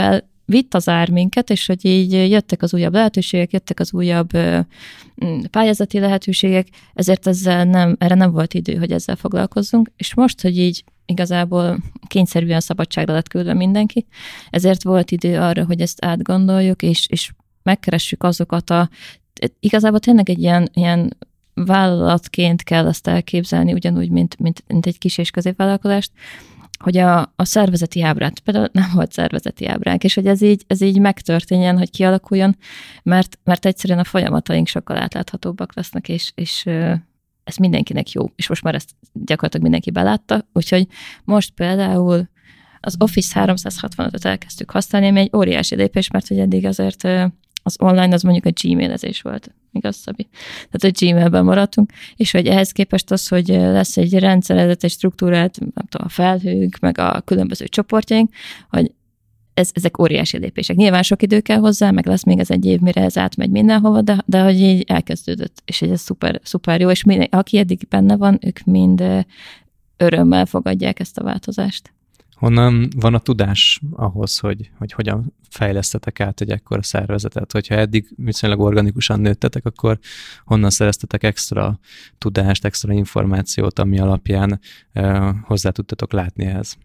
vitt az ár minket, és hogy így jöttek az újabb lehetőségek, jöttek az újabb pályázati lehetőségek, ezért erre nem volt idő, hogy ezzel foglalkozzunk, és most, hogy így igazából kényszerűen szabadságra lett küldve mindenki, ezért volt idő arra, hogy ezt átgondoljuk, és megkeressük azokat igazából tényleg egy ilyen vállalatként kell ezt elképzelni, ugyanúgy, mint egy kis és középvállalkozást, hogy a szervezeti ábrát, például nem volt szervezeti ábránk, és hogy ez így megtörténjen, hogy kialakuljon, mert egyszerűen a folyamataink sokkal átláthatóbbak lesznek, és ez mindenkinek jó, és most már ezt gyakorlatilag mindenki belátta, úgyhogy most például az Office 365-öt elkezdtük használni, ami egy óriási lépés, mert hogy eddig azért az online az mondjuk a Gmail-ezés volt, igaz, Szabi? Tehát a Gmailben maradtunk, és hogy ehhez képest az, hogy lesz egy rendszerezett, egy struktúrált, nem tudom, a felhők, meg a különböző csoportjaink, hogy ezek óriási lépések. Nyilván sok idő kell hozzá, meg lesz még ez egy év, mire ez átmegy mindenhova, de hogy így elkezdődött, és ez szuper jó, és aki eddig benne van, ők mind örömmel fogadják ezt a változást. Honnan van a tudás ahhoz, hogy hogyan fejlesztetek át egy ekkora szervezetet? Hogyha eddig viszonylag organikusan nőttetek, akkor honnan szereztetek extra tudást, extra információt, ami alapján hozzá tudtatok látni ehhez?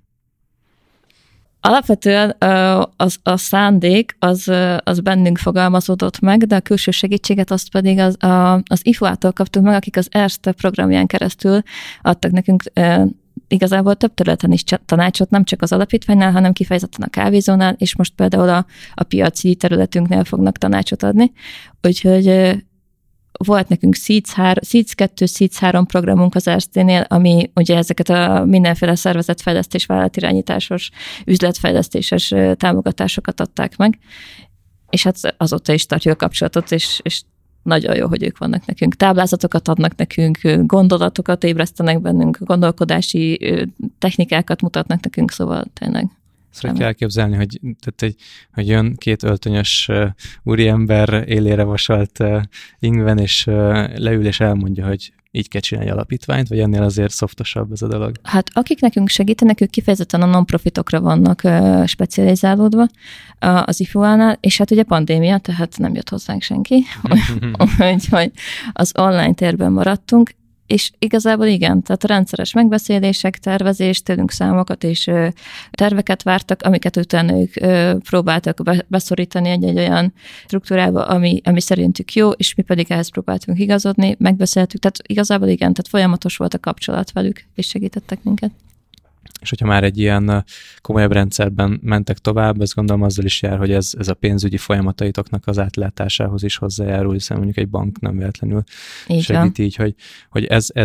Alapvetően a szándék az bennünk fogalmazódott meg, de a külső segítséget azt pedig az IFU-tól kaptuk meg, akik az Erste programján keresztül adtak nekünk igazából több területen is tanácsot, nem csak az alapítványnál, hanem kifejezetten a kávézónál, és most például a piaci területünknél fognak tanácsot adni. Úgyhogy volt nekünk Seeds 2, Seeds 3 programunk az Erste-nél, ami ugye ezeket a mindenféle szervezetfejlesztés, vállalatirányításos, üzletfejlesztéses támogatásokat adták meg, és hát azóta is tartjuk a kapcsolatot, és nagyon jó, hogy ők vannak nekünk. Táblázatokat adnak nekünk, gondolatokat ébresztenek bennünk, gondolkodási technikákat mutatnak nekünk, szóval tényleg. Szóval kell elképzelni, hogy jön két öltönyös úriember élére vasalt ingben, és leül és elmondja, hogy így kell csinálni alapítványt, vagy ennél azért szoftosabb ez a dolog? Hát akik nekünk segítenek, ők kifejezetten a non-profitokra vannak specializálódva az IFU-nál, és hát ugye pandémia, tehát nem jött hozzánk senki, úgyhogy az online térben maradtunk, és igazából igen, tehát rendszeres megbeszélések, tervezés, tőlünk számokat és terveket vártak, amiket utána ők próbáltak beszorítani egy olyan struktúrába, ami szerintük jó, és mi pedig ehhez próbáltunk igazodni, megbeszéltük, tehát igazából igen, tehát folyamatos volt a kapcsolat velük, és segítettek minket. És hogyha már egy ilyen komolyabb rendszerben mentek tovább, azt gondolom azzal is jár, hogy ez a pénzügyi folyamataitoknak az átlátásához is hozzájárul, hiszen mondjuk egy bank nem véletlenül segít így, hogy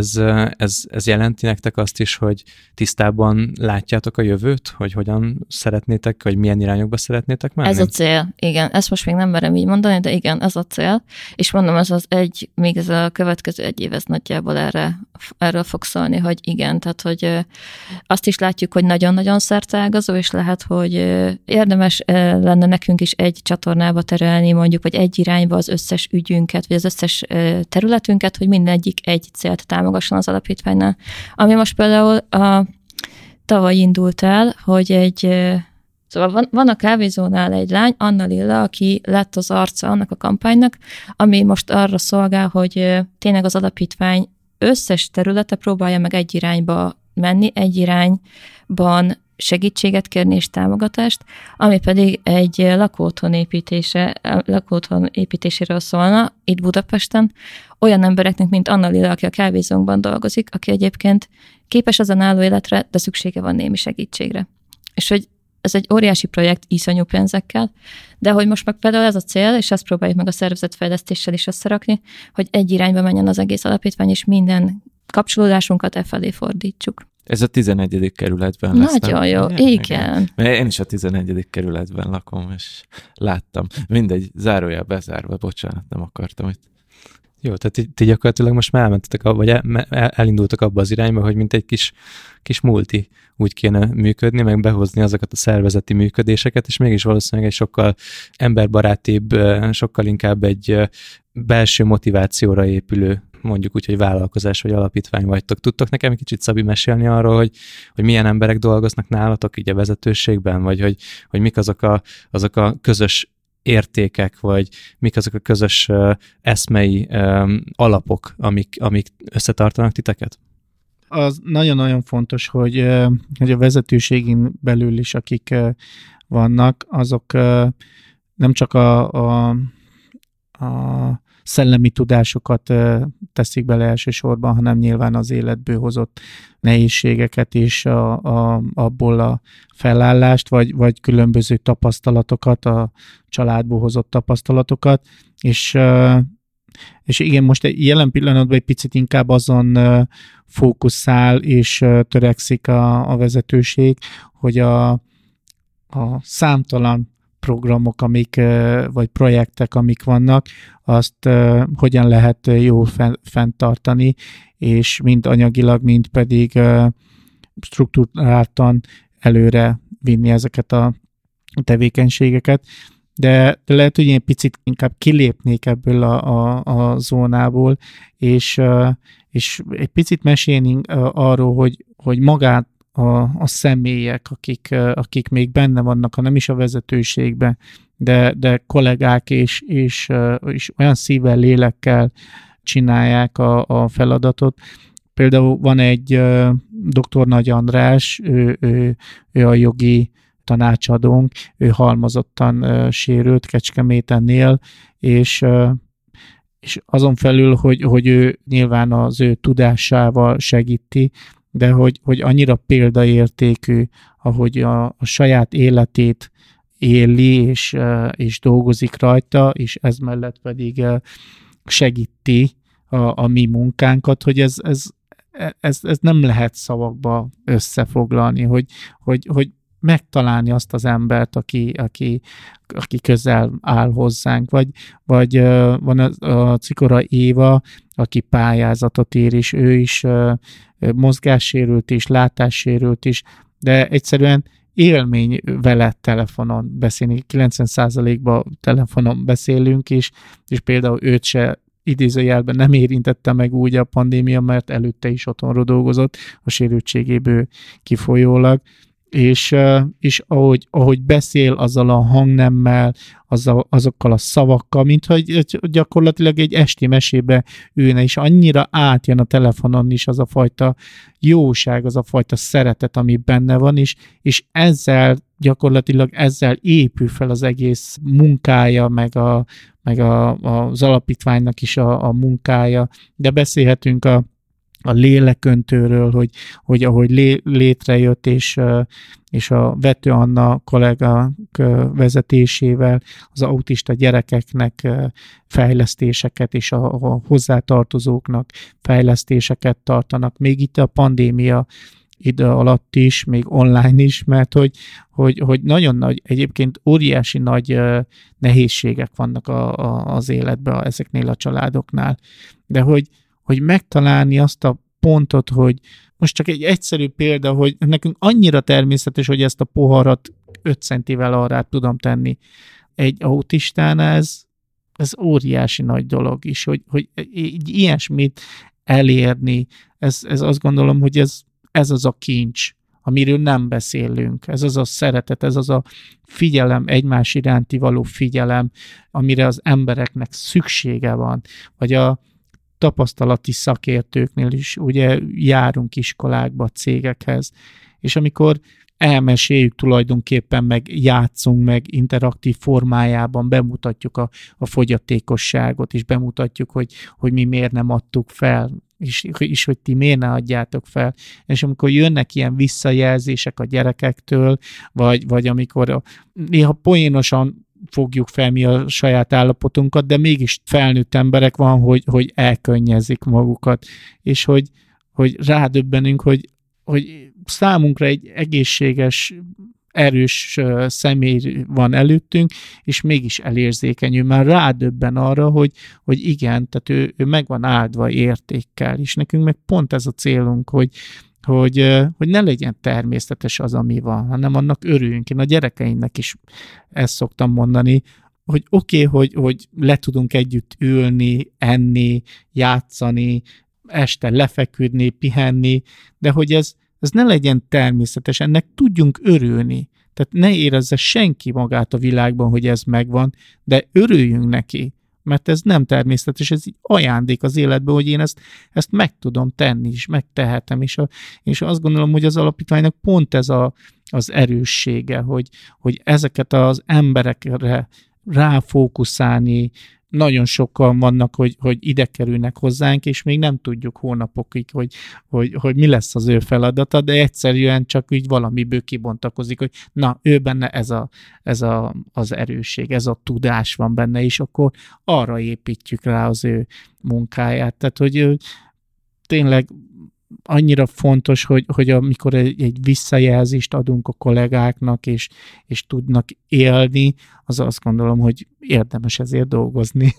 ez jelenti nektek azt is, hogy tisztában látjátok a jövőt, hogy hogyan szeretnétek, vagy milyen irányokba szeretnétek menni? Ez a cél, igen. Ezt most még nem merem így mondani, de igen, ez a cél. És mondom, még ez a következő egy év, ez nagyjából erről fog szólni, hogy igen, tehát hogy azt is látjuk, hogy nagyon-nagyon szerteágazó, és lehet, hogy érdemes lenne nekünk is egy csatornába terelni, mondjuk, vagy egy irányba az összes ügyünket, vagy az összes területünket, hogy mindegyik egy célt támogasson az alapítványnál. Ami most például tavaly indult el, hogy szóval van a kávézónál egy lány, Anna Lilla, aki lett az arca annak a kampánynak, ami most arra szolgál, hogy tényleg az alapítvány összes területe próbálja meg egy irányba menni, egy irányban segítséget kérni és támogatást, ami pedig egy lakóotthon építéséről szólna itt Budapesten, olyan embereknek, mint Anna Lilla, aki a kávézónkban dolgozik, aki egyébként képes az önálló életre, de szüksége van némi segítségre. És hogy ez egy óriási projekt iszonyú pénzekkel, de hogy most meg például ez a cél, és ezt próbáljuk meg a szervezetfejlesztéssel is összerakni, hogy egy irányba menjen az egész alapítvány, és minden kapcsolódásunkat felé fordítsuk. Ez a 11. kerületben lesz. Nagyon jó, igen. Én is a 11. kerületben lakom, és láttam. Mindegy, zárójel bezárva, bocsánat, nem akartam itt. Jó, tehát ti gyakorlatilag most már elmentetek, vagy elindultak abba az irányba, hogy mint egy kis multi úgy kéne működni, meg behozni azokat a szervezeti működéseket, és mégis valószínűleg egy sokkal emberbarátibb, sokkal inkább egy belső motivációra épülő mondjuk úgy, hogy vállalkozás vagy alapítvány vagytok. Tudtok nekem egy kicsit, Szabi, mesélni arról, hogy milyen emberek dolgoznak nálatok így a vezetőségben, vagy hogy mik azok a közös értékek, vagy mik azok a közös eszmei alapok, amik összetartanak titeket? Az nagyon-nagyon fontos, hogy a vezetőségén belül is, akik vannak, azok nem csak a szellemi tudásokat teszik bele elsősorban, hanem nyilván az életből hozott nehézségeket és abból a felállást, vagy különböző tapasztalatokat, a családból hozott tapasztalatokat, és igen, most jelen pillanatban egy picit inkább azon fókuszál és törekszik a vezetőség, hogy a számtalan programok, vagy projektek, amik vannak, azt hogyan lehet jól fenntartani, és mind anyagilag, mind pedig struktúráltan előre vinni ezeket a tevékenységeket. De lehet, hogy én picit inkább kilépnék ebből a zónából, és egy picit mesélni arról, hogy magát a személyek, akik még benne vannak, ha nem is a vezetőségben, de kollégák és olyan szívvel, lélekkel csinálják a feladatot. Például van egy dr. Nagy András, ő a jogi tanácsadónk, ő halmozottan sérült, Kecskeméten él, és azon felül, hogy ő nyilván az ő tudásával segíti, de hogy annyira példaértékű, ahogy a saját életét éli, és dolgozik rajta, és ez mellett pedig segíti a mi munkánkat, hogy ez nem lehet szavakba összefoglalni, hogy megtalálni azt az embert, aki közel áll hozzánk, vagy van a Cikora Éva, aki pályázatot ír, és ő is mozgássérült is, látássérült is, de egyszerűen élmény vele telefonon beszélni. 90%-ban telefonon beszélünk is, és például őt se idézőjelben nem érintette meg úgy a pandémia, mert előtte is otthonról dolgozott a sérültségéből kifolyólag, és ahogy beszél azzal a hangnemmel, azokkal a szavakkal, mint hogy gyakorlatilag egy esti mesébe ülne, és annyira átjön a telefonon is az a fajta jóság, az a fajta szeretet, ami benne van, és gyakorlatilag ezzel épül fel az egész munkája, meg az alapítványnak is a munkája, de beszélhetünk a léleköntőről, hogy ahogy létrejött, és a Vető Anna kollégák vezetésével az autista gyerekeknek fejlesztéseket, és a hozzátartozóknak fejlesztéseket tartanak. Még itt a pandémia ide alatt is, még online is, mert hogy nagyon nagy, egyébként óriási nagy nehézségek vannak az életben ezeknél a családoknál. De hogy megtalálni azt a pontot, hogy most csak egy egyszerű példa, hogy nekünk annyira természetes, hogy ezt a poharat 5 centivel arrább tudom tenni. Egy autistánál ez óriási nagy dolog is, hogy egy ilyesmit elérni, ez azt gondolom, hogy ez az a kincs, amiről nem beszélünk. Ez az a szeretet, ez az a figyelem, egymás iránti való figyelem, amire az embereknek szüksége van. Vagy a tapasztalati szakértőknél is ugye járunk iskolákba, cégekhez, és amikor elmeséljük tulajdonképpen, meg játszunk, meg interaktív formájában bemutatjuk a fogyatékosságot, és bemutatjuk, hogy mi miért nem adtuk fel, és hogy ti miért ne adjátok fel. És amikor jönnek ilyen visszajelzések a gyerekektől, vagy amikor néha poénosan fogjuk fel mi a saját állapotunkat, de mégis felnőtt emberek van, hogy elkönnyezik magukat, és hogy rádöbbenünk, hogy számunkra egy egészséges, erős személy van előttünk, és mégis elérzékenyül, már rádöbben arra, hogy igen, tehát ő meg van áldva értékkel, és nekünk meg pont ez a célunk, hogy ne legyen természetes az, ami van, hanem annak örüljünk. Én a gyerekeimnek is ezt szoktam mondani, oké, hogy le tudunk együtt ülni, enni, játszani, este lefeküdni, pihenni, de hogy ez ne legyen természetes, ennek tudjunk örülni. Tehát ne érezze senki magát a világban, hogy ez megvan, de örüljünk neki, mert ez nem természetes, ez így ajándék az életben, hogy én ezt meg tudom tenni, és megtehetem, és azt gondolom, hogy az alapítványnak pont ez az erőssége, hogy ezeket az emberekre ráfókuszálni. Nagyon sokan vannak, hogy ide kerülnek hozzánk, és még nem tudjuk hónapokig, hogy mi lesz az ő feladata, de egyszerűen csak így valamiből kibontakozik, hogy na, ő benne az erősség, ez a tudás van benne, és akkor arra építjük rá az ő munkáját. Tehát, hogy tényleg annyira fontos, hogy amikor egy visszajelzést adunk a kollégáknak, és tudnak élni, az azt gondolom, hogy érdemes ezért dolgozni.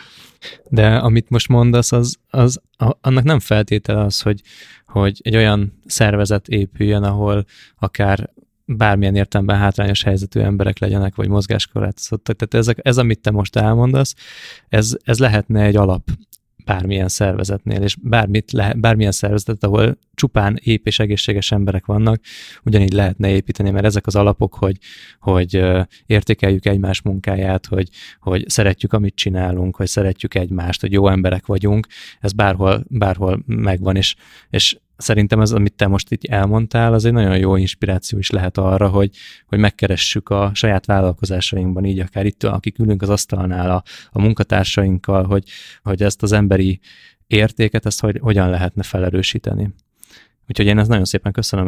De amit most mondasz, annak nem feltétele az, hogy egy olyan szervezet épüljön, ahol akár bármilyen értelemben hátrányos helyzetű emberek legyenek, vagy mozgáskorlátozottak. Tehát ez, amit te most elmondasz, ez lehetne egy alap bármilyen szervezetnél, és bármilyen szervezetet, ahol csupán ép és egészséges emberek vannak, ugyanígy lehetne építeni, mert ezek az alapok, hogy értékeljük egymás munkáját, hogy szeretjük, amit csinálunk, hogy szeretjük egymást, hogy jó emberek vagyunk, ez bárhol megvan, és szerintem ez, amit te most így elmondtál, az egy nagyon jó inspiráció is lehet arra, hogy megkeressük a saját vállalkozásainkban, így akár itt, akik ülünk az asztalnál a munkatársainkkal, hogy ezt az emberi értéket, ezt hogyan lehetne felerősíteni. Úgyhogy én ezt nagyon szépen köszönöm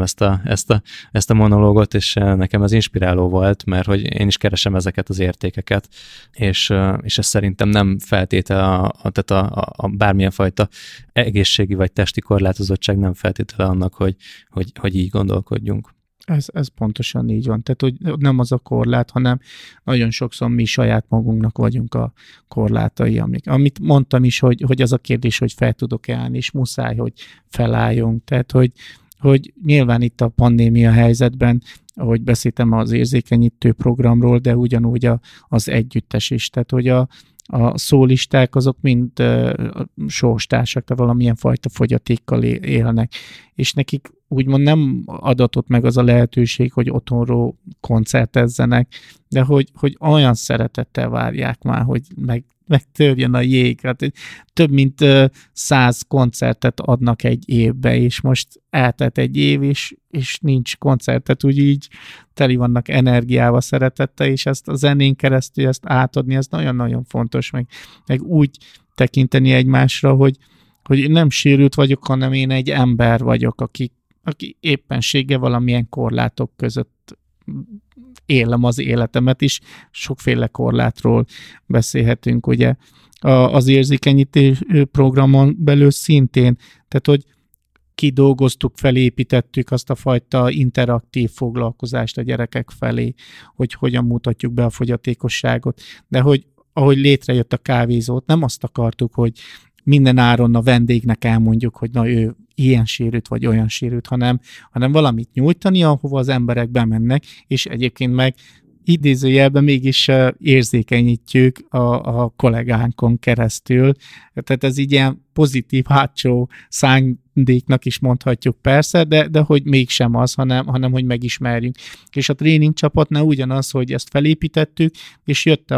ezt a monológot, és nekem ez inspiráló volt, mert hogy én is keresem ezeket az értékeket, és ez szerintem nem feltétele, tehát a bármilyen fajta egészségi vagy testi korlátozottság nem feltétele annak, hogy így gondolkodjunk. Ez pontosan így van. Tehát, hogy nem az a korlát, hanem nagyon sokszor mi saját magunknak vagyunk a korlátai. Amit mondtam is, hogy az a kérdés, hogy fel tudok állni, és muszáj, hogy felálljunk. Tehát, hogy nyilván itt a pandémia helyzetben, ahogy beszéltem az érzékenyítő programról, de ugyanúgy az együttes is. Tehát, hogy a szólisták azok mind sorstársak, tehát valamilyen fajta fogyatékkal élnek, és nekik úgymond nem adatott meg az a lehetőség, hogy otthonról koncertezzenek, de hogy olyan szeretettel várják már, hogy megtörjön a jég. Hát több mint 100 koncertet adnak egy évbe, és most eltelt egy év, és nincs koncertet, úgy így teli vannak energiával, szeretettel, és ezt a zenén keresztül ezt átadni, ez nagyon-nagyon fontos, meg úgy tekinteni egymásra, hogy nem sérült vagyok, hanem én egy ember vagyok, aki éppenséggel valamilyen korlátok között élem az életemet is, sokféle korlátról beszélhetünk, ugye. Az érzékenyítő programon belül szintén, tehát hogy kidolgoztuk, felépítettük azt a fajta interaktív foglalkozást a gyerekek felé, hogy hogyan mutatjuk be a fogyatékosságot, de hogy ahogy létrejött a kávézót, nem azt akartuk, hogy minden áron a vendégnek elmondjuk, hogy na ő ilyen sérült, vagy olyan sérült, hanem valamit nyújtani, ahova az emberek bemennek, és egyébként meg idézőjelben mégis érzékenyítjük a kollégánkon keresztül. Tehát ez így ilyen pozitív hátsó szándéknak is mondhatjuk persze, de hogy mégsem az, hanem hogy megismerjünk. És a tréning csapatnál ugyanaz, hogy ezt felépítettük, és jött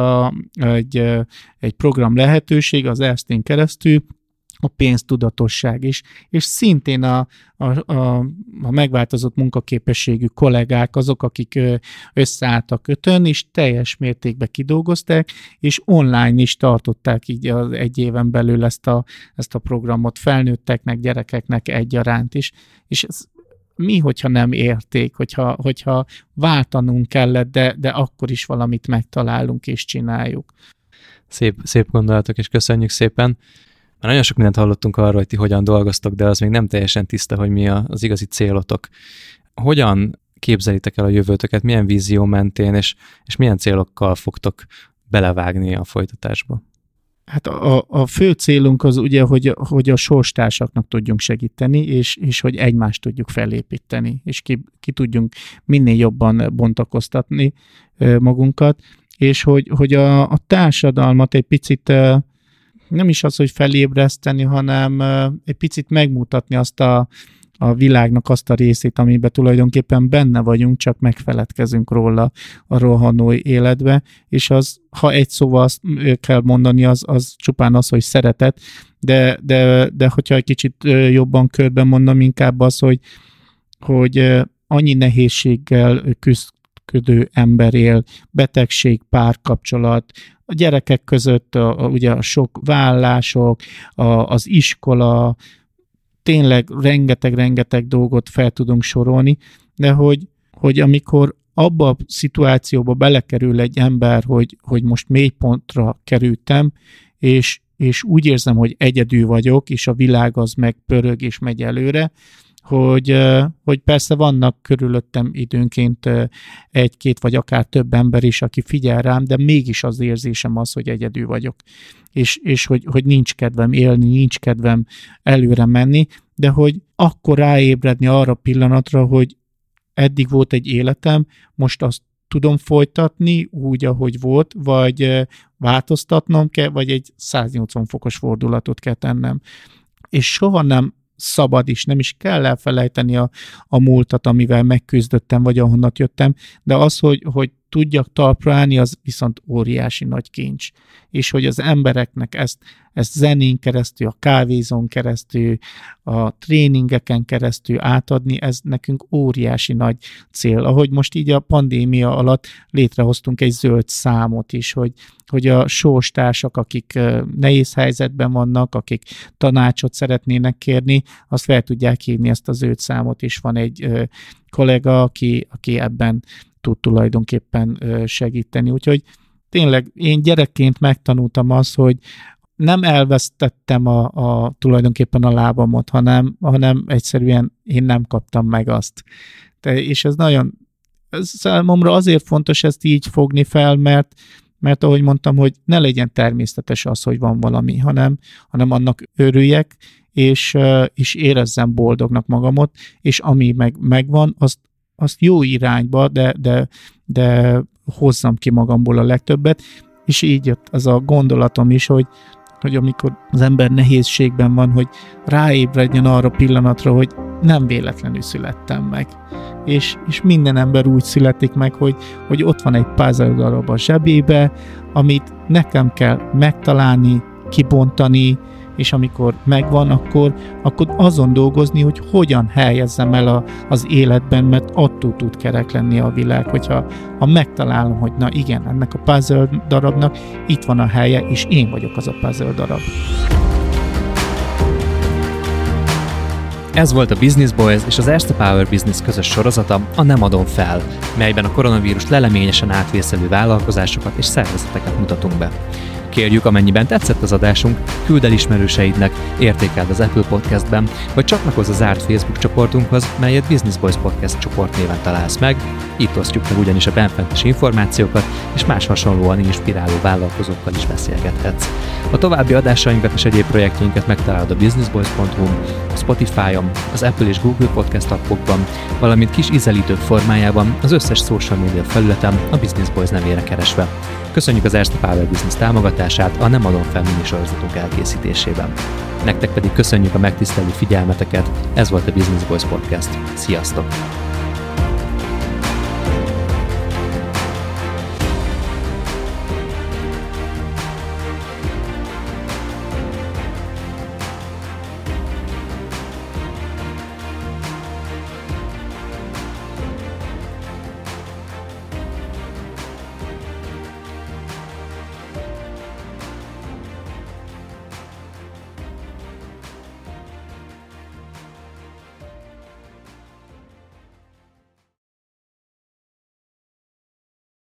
egy program lehetőség az ERSZT-n keresztül, a pénztudatosság is, és szintén a megváltozott munkaképességű kollégák azok, akik összeálltak ötön, és teljes mértékben kidolgozták, és online is tartották így az egy éven belül ezt a programot felnőtteknek, gyerekeknek egyaránt is, és ez mi, hogyha nem érték, hogyha váltanunk kellett, de akkor is valamit megtalálunk és csináljuk. Szép gondolatok, és köszönjük szépen. Már nagyon sok mindent hallottunk arról, hogy ti hogyan dolgoztok, de az még nem teljesen tiszta, hogy mi az igazi célotok. Hogyan képzelitek el a jövőtöket, milyen vízió mentén, és milyen célokkal fogtok belevágni a folytatásba? Hát a fő célunk az ugye, hogy a sorstársaknak tudjunk segíteni, és hogy egymást tudjuk felépíteni, és ki tudjunk minél jobban bontakoztatni magunkat, és hogy a társadalmat egy picit nem is az, hogy felébreszteni, hanem egy picit megmutatni azt a világnak azt a részét, amiben tulajdonképpen benne vagyunk, csak megfeledkezünk róla a rohanó életbe, és az, ha egy szóval azt kell mondani, az csupán az, hogy szeretet, de hogyha egy kicsit jobban körben mondom, inkább az, hogy annyi nehézséggel küzdő ember él, betegség, párkapcsolat, a gyerekek között ugye a sok vállások, az iskola, tényleg rengeteg dolgot fel tudunk sorolni, de hogy amikor abba a szituációba belekerül egy ember, hogy most mélypontra kerültem, és úgy érzem, hogy egyedül vagyok, és a világ az meg pörög és megy előre, hogy persze vannak körülöttem időnként egy-két vagy akár több ember is, aki figyel rám, de mégis az érzésem az, hogy egyedül vagyok. És hogy nincs kedvem élni, nincs kedvem előre menni, de hogy akkor ráébredni arra pillanatra, hogy eddig volt egy életem, most azt tudom folytatni úgy, ahogy volt, vagy változtatnom kell, vagy egy 180 fokos fordulatot kell tennem. És soha nem szabad is, nem is kell elfelejteni a múltat, amivel megküzdöttem, vagy ahonnat jöttem, de az, hogy tudjak talpra állni, az viszont óriási nagy kincs. És hogy az embereknek ezt zenén keresztül, a kávézón keresztül, a tréningeken keresztül átadni, ez nekünk óriási nagy cél. Ahogy most így a pandémia alatt létrehoztunk egy zöld számot is, hogy a sorstársak, akik nehéz helyzetben vannak, akik tanácsot szeretnének kérni, azt fel tudják hívni ezt a zöld számot, és van egy kollega, aki ebben tud tulajdonképpen segíteni. Úgyhogy tényleg én gyerekként megtanultam azt, hogy nem elvesztettem tulajdonképpen a lábamot, hanem egyszerűen én nem kaptam meg azt. És ez számomra azért fontos ezt így fogni fel, mert ahogy mondtam, hogy ne legyen természetes az, hogy van valami, hanem annak örüljek, és érezzem boldognak magamot, és ami megvan, azt jó irányba, de hozzam ki magamból a legtöbbet, és így jött az a gondolatom is, hogy amikor az ember nehézségben van, hogy ráébredjen arra pillanatra, hogy nem véletlenül születtem meg. És minden ember úgy születik meg, hogy ott van egy puzzle darab a zsebébe, amit nekem kell megtalálni, kibontani, és amikor megvan, akkor azon dolgozni, hogy hogyan helyezzem el az életben, mert attól tud kerek lenni a világ, hogyha megtalálom, hogy na igen, ennek a puzzle darabnak itt van a helye, és én vagyok az a puzzle darab. Ez volt a Business Boys és az Erste Power Business közös sorozata, a Nem adom fel, melyben a koronavírus leleményesen átvészelő vállalkozásokat és szervezeteket mutatunk be. Kérjük, amennyiben tetszett az adásunk, küldd el ismerőseidnek, értékeld az Apple Podcastben, vagy csatlakozz a zárt Facebook csoportunkhoz, melyet Business Boys Podcast csoport néven találsz meg. Itt osztjuk meg ugyanis a benfentes információkat, és más hasonlóan inspiráló vállalkozókkal is beszélgethetsz. A további adásainkat és egyéb projektjeinket megtalálod a businessboys.hu, a Spotify-on, az Apple és Google Podcast appokban, valamint kis ízelítők formájában az összes social media felületen a Business Boys nevére keresve. Köszönjük az Erste Power Business támogatását a Nem adom fel minisorozatunk elkészítésében. Nektek pedig köszönjük a megtisztelő figyelmeteket, ez volt a Business Boys Podcast. Sziasztok!